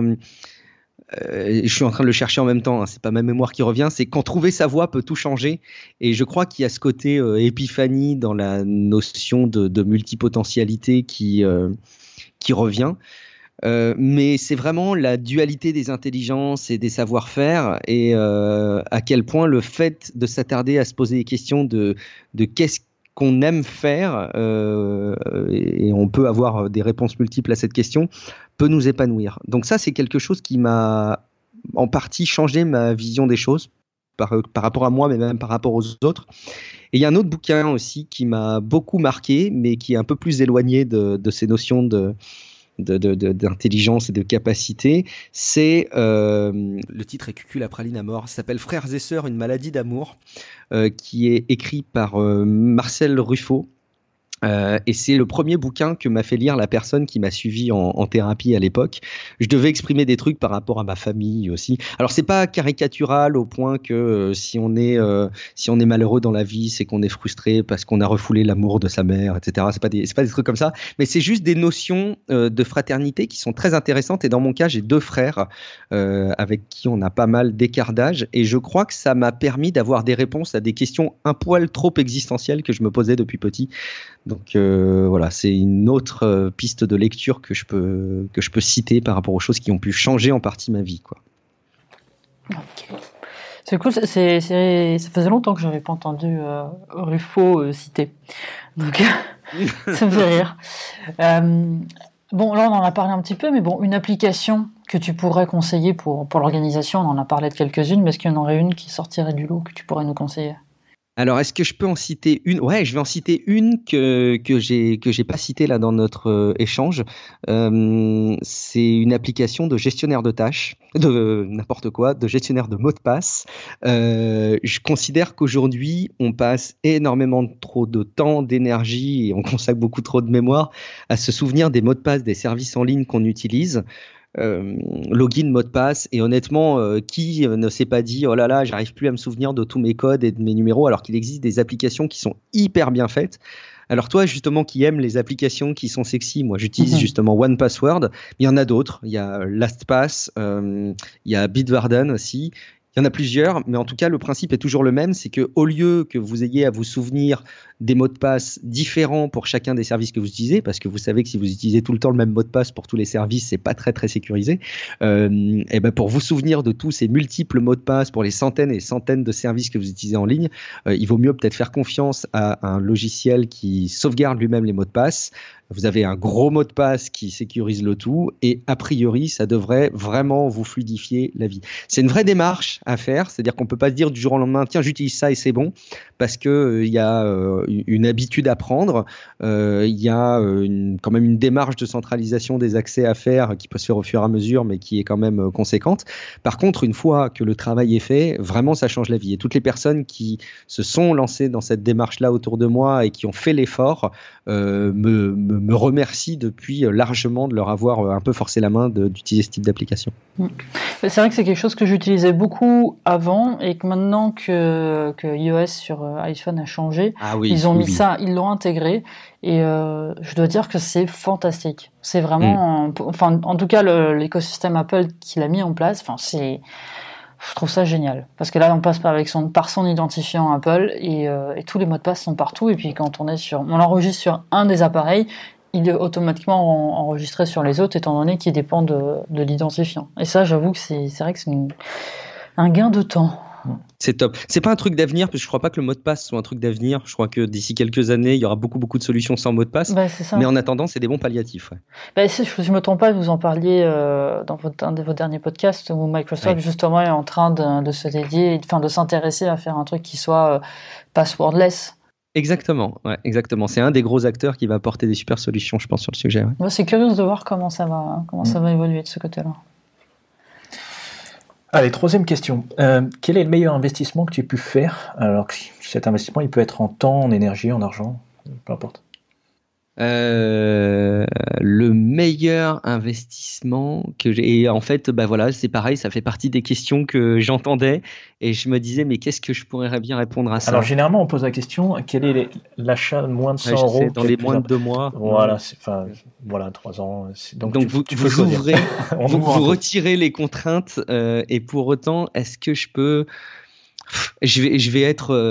je suis en train de le chercher en même temps, hein, c'est pas ma mémoire qui revient, c'est quand trouver sa voie peut tout changer. Et je crois qu'il y a ce côté épiphanie dans la notion de multipotentialité qui revient. Mais c'est vraiment la dualité des intelligences et des savoir-faire et à quel point le fait de s'attarder à se poser des questions de qu'est-ce qu'on aime faire et on peut avoir des réponses multiples à cette question peut nous épanouir. Donc ça, c'est quelque chose qui m'a en partie changé ma vision des choses par rapport à moi, mais même par rapport aux autres. Et il y a un autre bouquin aussi qui m'a beaucoup marqué, mais qui est un peu plus éloigné de ces notions d'intelligence et de capacité. C'est le titre est Cucul la praline à mort. Ça s'appelle Frères et sœurs, une maladie d'amour, qui est écrit par Marcel Ruffo. Et c'est le premier bouquin que m'a fait lire la personne qui m'a suivi en thérapie à l'époque. Je devais exprimer des trucs par rapport à ma famille aussi. Alors c'est pas caricatural au point que si on est malheureux dans la vie, c'est qu'on est frustré parce qu'on a refoulé l'amour de sa mère, etc. C'est pas des trucs comme ça, mais c'est juste des notions de fraternité qui sont très intéressantes. Et dans mon cas, j'ai 2 frères avec qui on a pas mal d'écart d'âge, et je crois que ça m'a permis d'avoir des réponses à des questions un poil trop existentielles que je me posais depuis petit. Donc voilà, c'est une autre piste de lecture que je peux citer par rapport aux choses qui ont pu changer en partie ma vie, quoi. Okay. C'est cool, ça faisait longtemps que je n'avais pas entendu Ruffo citer. Donc ça me fait rire. Bon, là on en a parlé un petit peu, mais bon, une application que tu pourrais conseiller pour l'organisation, on en a parlé de quelques-unes, mais est-ce qu'il y en aurait une qui sortirait du lot que tu pourrais nous conseiller? Alors, est-ce que je peux en citer une? Ouais, je vais en citer une que j'ai pas citée là dans notre échange. C'est une application de gestionnaire de tâches, de n'importe quoi, de gestionnaire de mots de passe. Je considère qu'aujourd'hui, on passe énormément trop de temps, d'énergie et on consacre beaucoup trop de mémoire à se souvenir des mots de passe des services en ligne qu'on utilise. Login, mot de passe, et honnêtement, qui ne s'est pas dit oh là là, j'arrive plus à me souvenir de tous mes codes et de mes numéros, alors qu'il existe des applications qui sont hyper bien faites. Alors toi, justement, qui aimes les applications qui sont sexy, moi j'utilise justement One Password, il y en a d'autres, il y a LastPass, il y a Bitwarden aussi. Il y en a plusieurs, mais en tout cas, le principe est toujours le même, c'est qu'au lieu que vous ayez à vous souvenir des mots de passe différents pour chacun des services que vous utilisez, parce que vous savez que si vous utilisez tout le temps le même mot de passe pour tous les services, c'est pas très très sécurisé, et ben pour vous souvenir de tous ces multiples mots de passe pour les centaines et centaines de services que vous utilisez en ligne, il vaut mieux peut-être faire confiance à un logiciel qui sauvegarde lui-même les mots de passe. Vous avez un gros mot de passe qui sécurise le tout, et a priori, ça devrait vraiment vous fluidifier la vie. C'est une vraie démarche à faire, c'est-à-dire qu'on peut pas se dire du jour au lendemain, tiens, j'utilise ça et c'est bon, parce que il y a une habitude à prendre, il y a quand même une démarche de centralisation des accès à faire qui peut se faire au fur et à mesure, mais qui est quand même conséquente. Par contre, une fois que le travail est fait, vraiment, ça change la vie. Et toutes les personnes qui se sont lancées dans cette démarche-là autour de moi et qui ont fait l'effort me remercient depuis largement de leur avoir un peu forcé la main d'utiliser ce type d'application. C'est vrai que c'est quelque chose que j'utilisais beaucoup avant, et que maintenant que iOS sur iPhone a changé, ils ont mis ça, ils l'ont intégré, et je dois dire que c'est fantastique. C'est vraiment, enfin, en tout cas, l'écosystème Apple qui l'a mis en place, enfin, je trouve ça génial, parce que là on passe par son identifiant Apple, et tous les mots de passe sont partout, et puis quand on enregistre sur un des appareils, il est automatiquement enregistré sur les autres, étant donné qu'il dépend de l'identifiant. Et ça, j'avoue que c'est vrai que c'est un gain de temps. C'est top. C'est pas un truc d'avenir, parce que je crois pas que le mot de passe soit un truc d'avenir. Je crois que d'ici quelques années, il y aura beaucoup de solutions sans mot de passe. C'est ça. Mais en attendant, c'est des bons palliatifs. Ouais. Si je me trompe pas, vous en parliez dans un de vos derniers podcasts où Microsoft justement est en train de se dédier, de s'intéresser à faire un truc qui soit passwordless. Exactement. C'est un des gros acteurs qui va apporter des super solutions, je pense, sur le sujet. Ouais. C'est curieux de voir comment ça va évoluer de ce côté-là. Allez, troisième question. Quel est le meilleur investissement que tu aies pu faire? Alors que cet investissement, il peut être en temps, en énergie, en argent, peu importe. Le meilleur investissement que j'ai. Et en fait, c'est pareil, ça fait partie des questions que j'entendais et je me disais, mais qu'est-ce que je pourrais bien répondre à ça? Alors, généralement, on pose la question, quel est l'achat de moins de 100 euros dans les moins de 2 mois. Voilà, 3 ans. Donc vous ouvrez, vous retirez les contraintes et pour autant, est-ce que je peux. Je vais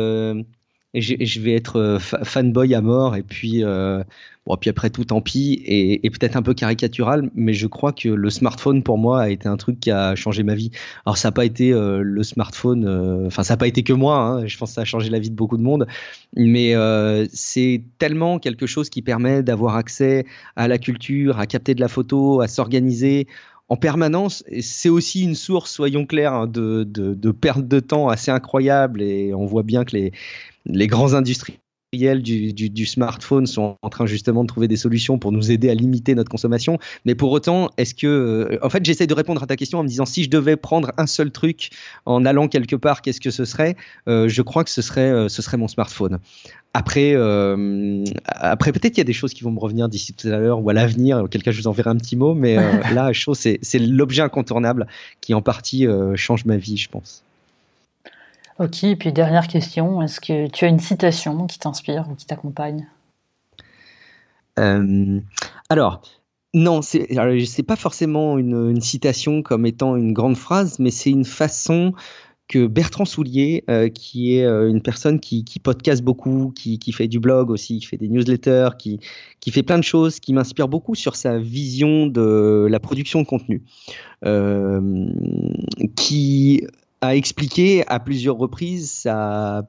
être fanboy à mort et puis après tout tant pis et peut-être un peu caricatural, mais je crois que le smartphone pour moi a été un truc qui a changé ma vie. Alors ça n'a pas été le smartphone, ça n'a pas été que moi, hein, je pense que ça a changé la vie de beaucoup de monde, mais c'est tellement quelque chose qui permet d'avoir accès à la culture, à capter de la photo, à s'organiser en permanence. C'est aussi une source, soyons clairs, hein, de perte de temps assez incroyable et on voit bien que les grands industriels du smartphone sont en train justement de trouver des solutions pour nous aider à limiter notre consommation. Mais pour autant, est-ce que... en fait, j'essaie de répondre à ta question en me disant, si je devais prendre un seul truc en allant quelque part, qu'est-ce que ce serait? Je crois que ce serait mon smartphone. Après, peut-être qu'il y a des choses qui vont me revenir d'ici tout à l'heure ou à l'avenir, auquel cas je vous enverrai un petit mot, mais là, c'est l'objet incontournable qui en partie change ma vie, je pense. Ok, et puis dernière question, est-ce que tu as une citation qui t'inspire ou qui t'accompagne? Alors, non, c'est pas forcément une citation comme étant une grande phrase, mais c'est une façon que Bertrand Soulier, qui est une personne qui podcast beaucoup, qui fait du blog aussi, qui fait des newsletters, qui fait plein de choses, qui m'inspire beaucoup sur sa vision de la production de contenu, qui a expliqué à plusieurs reprises sa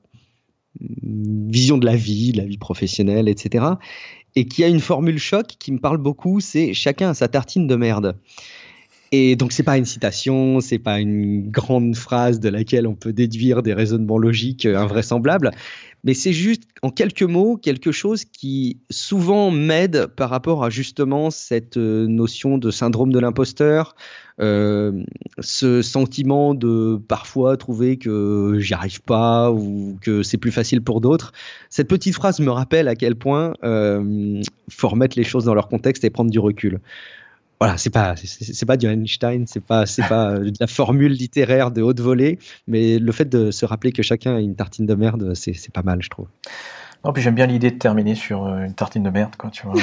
vision de la vie professionnelle, etc. Et qui a une formule choc qui me parle beaucoup, c'est « chacun a sa tartine de merde ». Et donc, c'est pas une citation, c'est pas une grande phrase de laquelle on peut déduire des raisonnements logiques invraisemblables, mais c'est juste, en quelques mots, quelque chose qui souvent m'aide par rapport à justement cette notion de syndrome de l'imposteur, ce sentiment de parfois trouver que j'y arrive pas ou que c'est plus facile pour d'autres. Cette petite phrase me rappelle à quel point faut remettre les choses dans leur contexte et prendre du recul. Voilà, c'est pas du Einstein, c'est pas de la formule littéraire de haute volée, mais le fait de se rappeler que chacun a une tartine de merde, c'est pas mal, je trouve. Non, puis j'aime bien l'idée de terminer sur une tartine de merde, quoi, tu vois.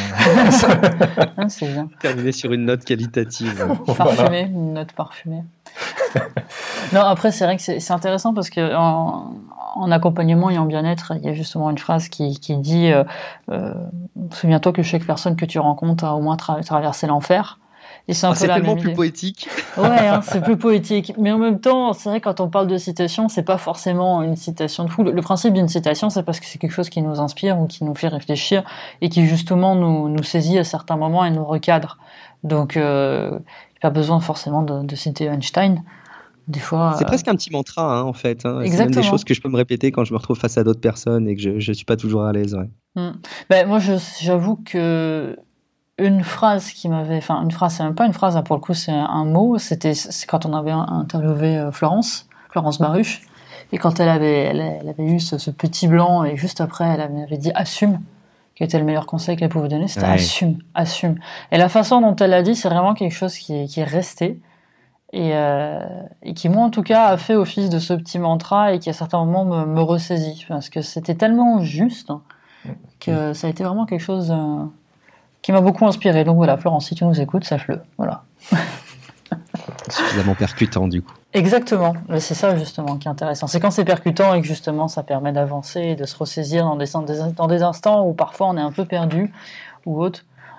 C'est bien. Terminer sur une note qualitative. Parfumée, une note parfumée. Non, après, c'est vrai que c'est intéressant parce que en accompagnement et en bien-être, il y a justement une phrase qui dit souviens-toi que chaque personne que tu rencontres a au moins traversé l'enfer. Et c'est tellement plus poétique. Ouais, c'est plus poétique. Mais en même temps, c'est vrai, quand on parle de citation, c'est pas forcément une citation de fou. Le principe d'une citation, c'est parce que c'est quelque chose qui nous inspire ou qui nous fait réfléchir et qui justement nous saisit à certains moments et nous recadre. Donc, il n'y a pas besoin forcément de citer Einstein. Des fois, c'est presque un petit mantra, hein, en fait. Hein. Exactement. C'est même des choses que je peux me répéter quand je me retrouve face à d'autres personnes et que je suis pas toujours à l'aise. Ouais. Moi, j'avoue que une phrase qui m'avait, une phrase, c'est même pas une phrase, hein, pour le coup, c'est un mot. C'est quand on avait interviewé Florence Baruch, et quand elle avait eu ce petit blanc, et juste après, elle m'avait dit assume, qui était le meilleur conseil qu'elle pouvait donner, c'était assume. Et la façon dont elle l'a dit, c'est vraiment quelque chose qui est resté. Et qui, moi, en tout cas, a fait office de ce petit mantra et qui, à certains moments, me ressaisit. Parce que c'était tellement juste que ça a été vraiment quelque chose qui m'a beaucoup inspiré. Donc voilà, Florence, si tu nous écoutes, sache-le. Voilà. Suffisamment percutant, du coup. Exactement. Mais c'est ça, justement, qui est intéressant. C'est quand c'est percutant et que, justement, ça permet d'avancer et de se ressaisir dans des instants où, parfois, on est un peu perdu ou autre.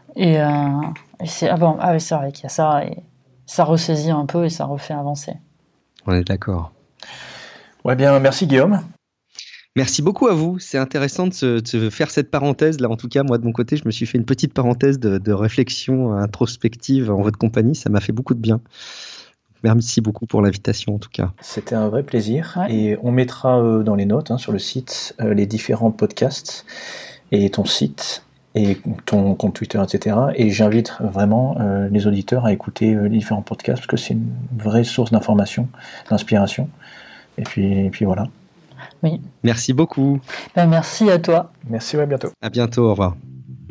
Et c'est oui, c'est vrai qu'il y a ça, et ça ressaisit un peu et ça refait avancer. On est d'accord. Ouais, bien, merci Guillaume. Merci beaucoup à vous. C'est intéressant de se faire cette parenthèse. Là, en tout cas, moi, de mon côté, je me suis fait une petite parenthèse de réflexion introspective en votre compagnie. Ça m'a fait beaucoup de bien. Merci beaucoup pour l'invitation, en tout cas. C'était un vrai plaisir. Ouais. Et on mettra dans les notes, sur le site, les différents podcasts et ton site et ton compte Twitter, etc. Et j'invite vraiment les auditeurs à écouter les différents podcasts parce que c'est une vraie source d'information, d'inspiration. Et puis voilà. Oui. Merci beaucoup. Merci à toi. Merci, à bientôt. À bientôt, au revoir.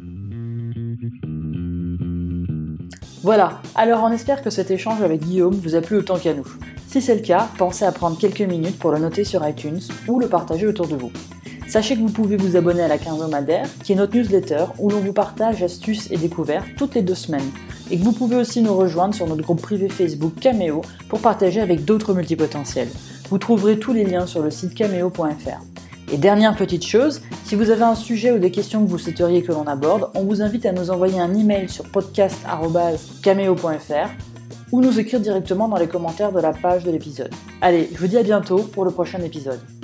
Voilà, alors on espère que cet échange avec Guillaume vous a plu autant qu'à nous. Si c'est le cas, pensez à prendre quelques minutes pour le noter sur iTunes ou le partager autour de vous. Sachez que vous pouvez vous abonner à la Quinzomadaire, qui est notre newsletter où l'on vous partage astuces et découvertes toutes les 2 semaines, et que vous pouvez aussi nous rejoindre sur notre groupe privé Facebook Cameo pour partager avec d'autres multipotentiels. Vous trouverez tous les liens sur le site cameo.fr. Et dernière petite chose, si vous avez un sujet ou des questions que vous souhaiteriez que l'on aborde, on vous invite à nous envoyer un email sur podcast@cameo.fr ou nous écrire directement dans les commentaires de la page de l'épisode. Allez, je vous dis à bientôt pour le prochain épisode.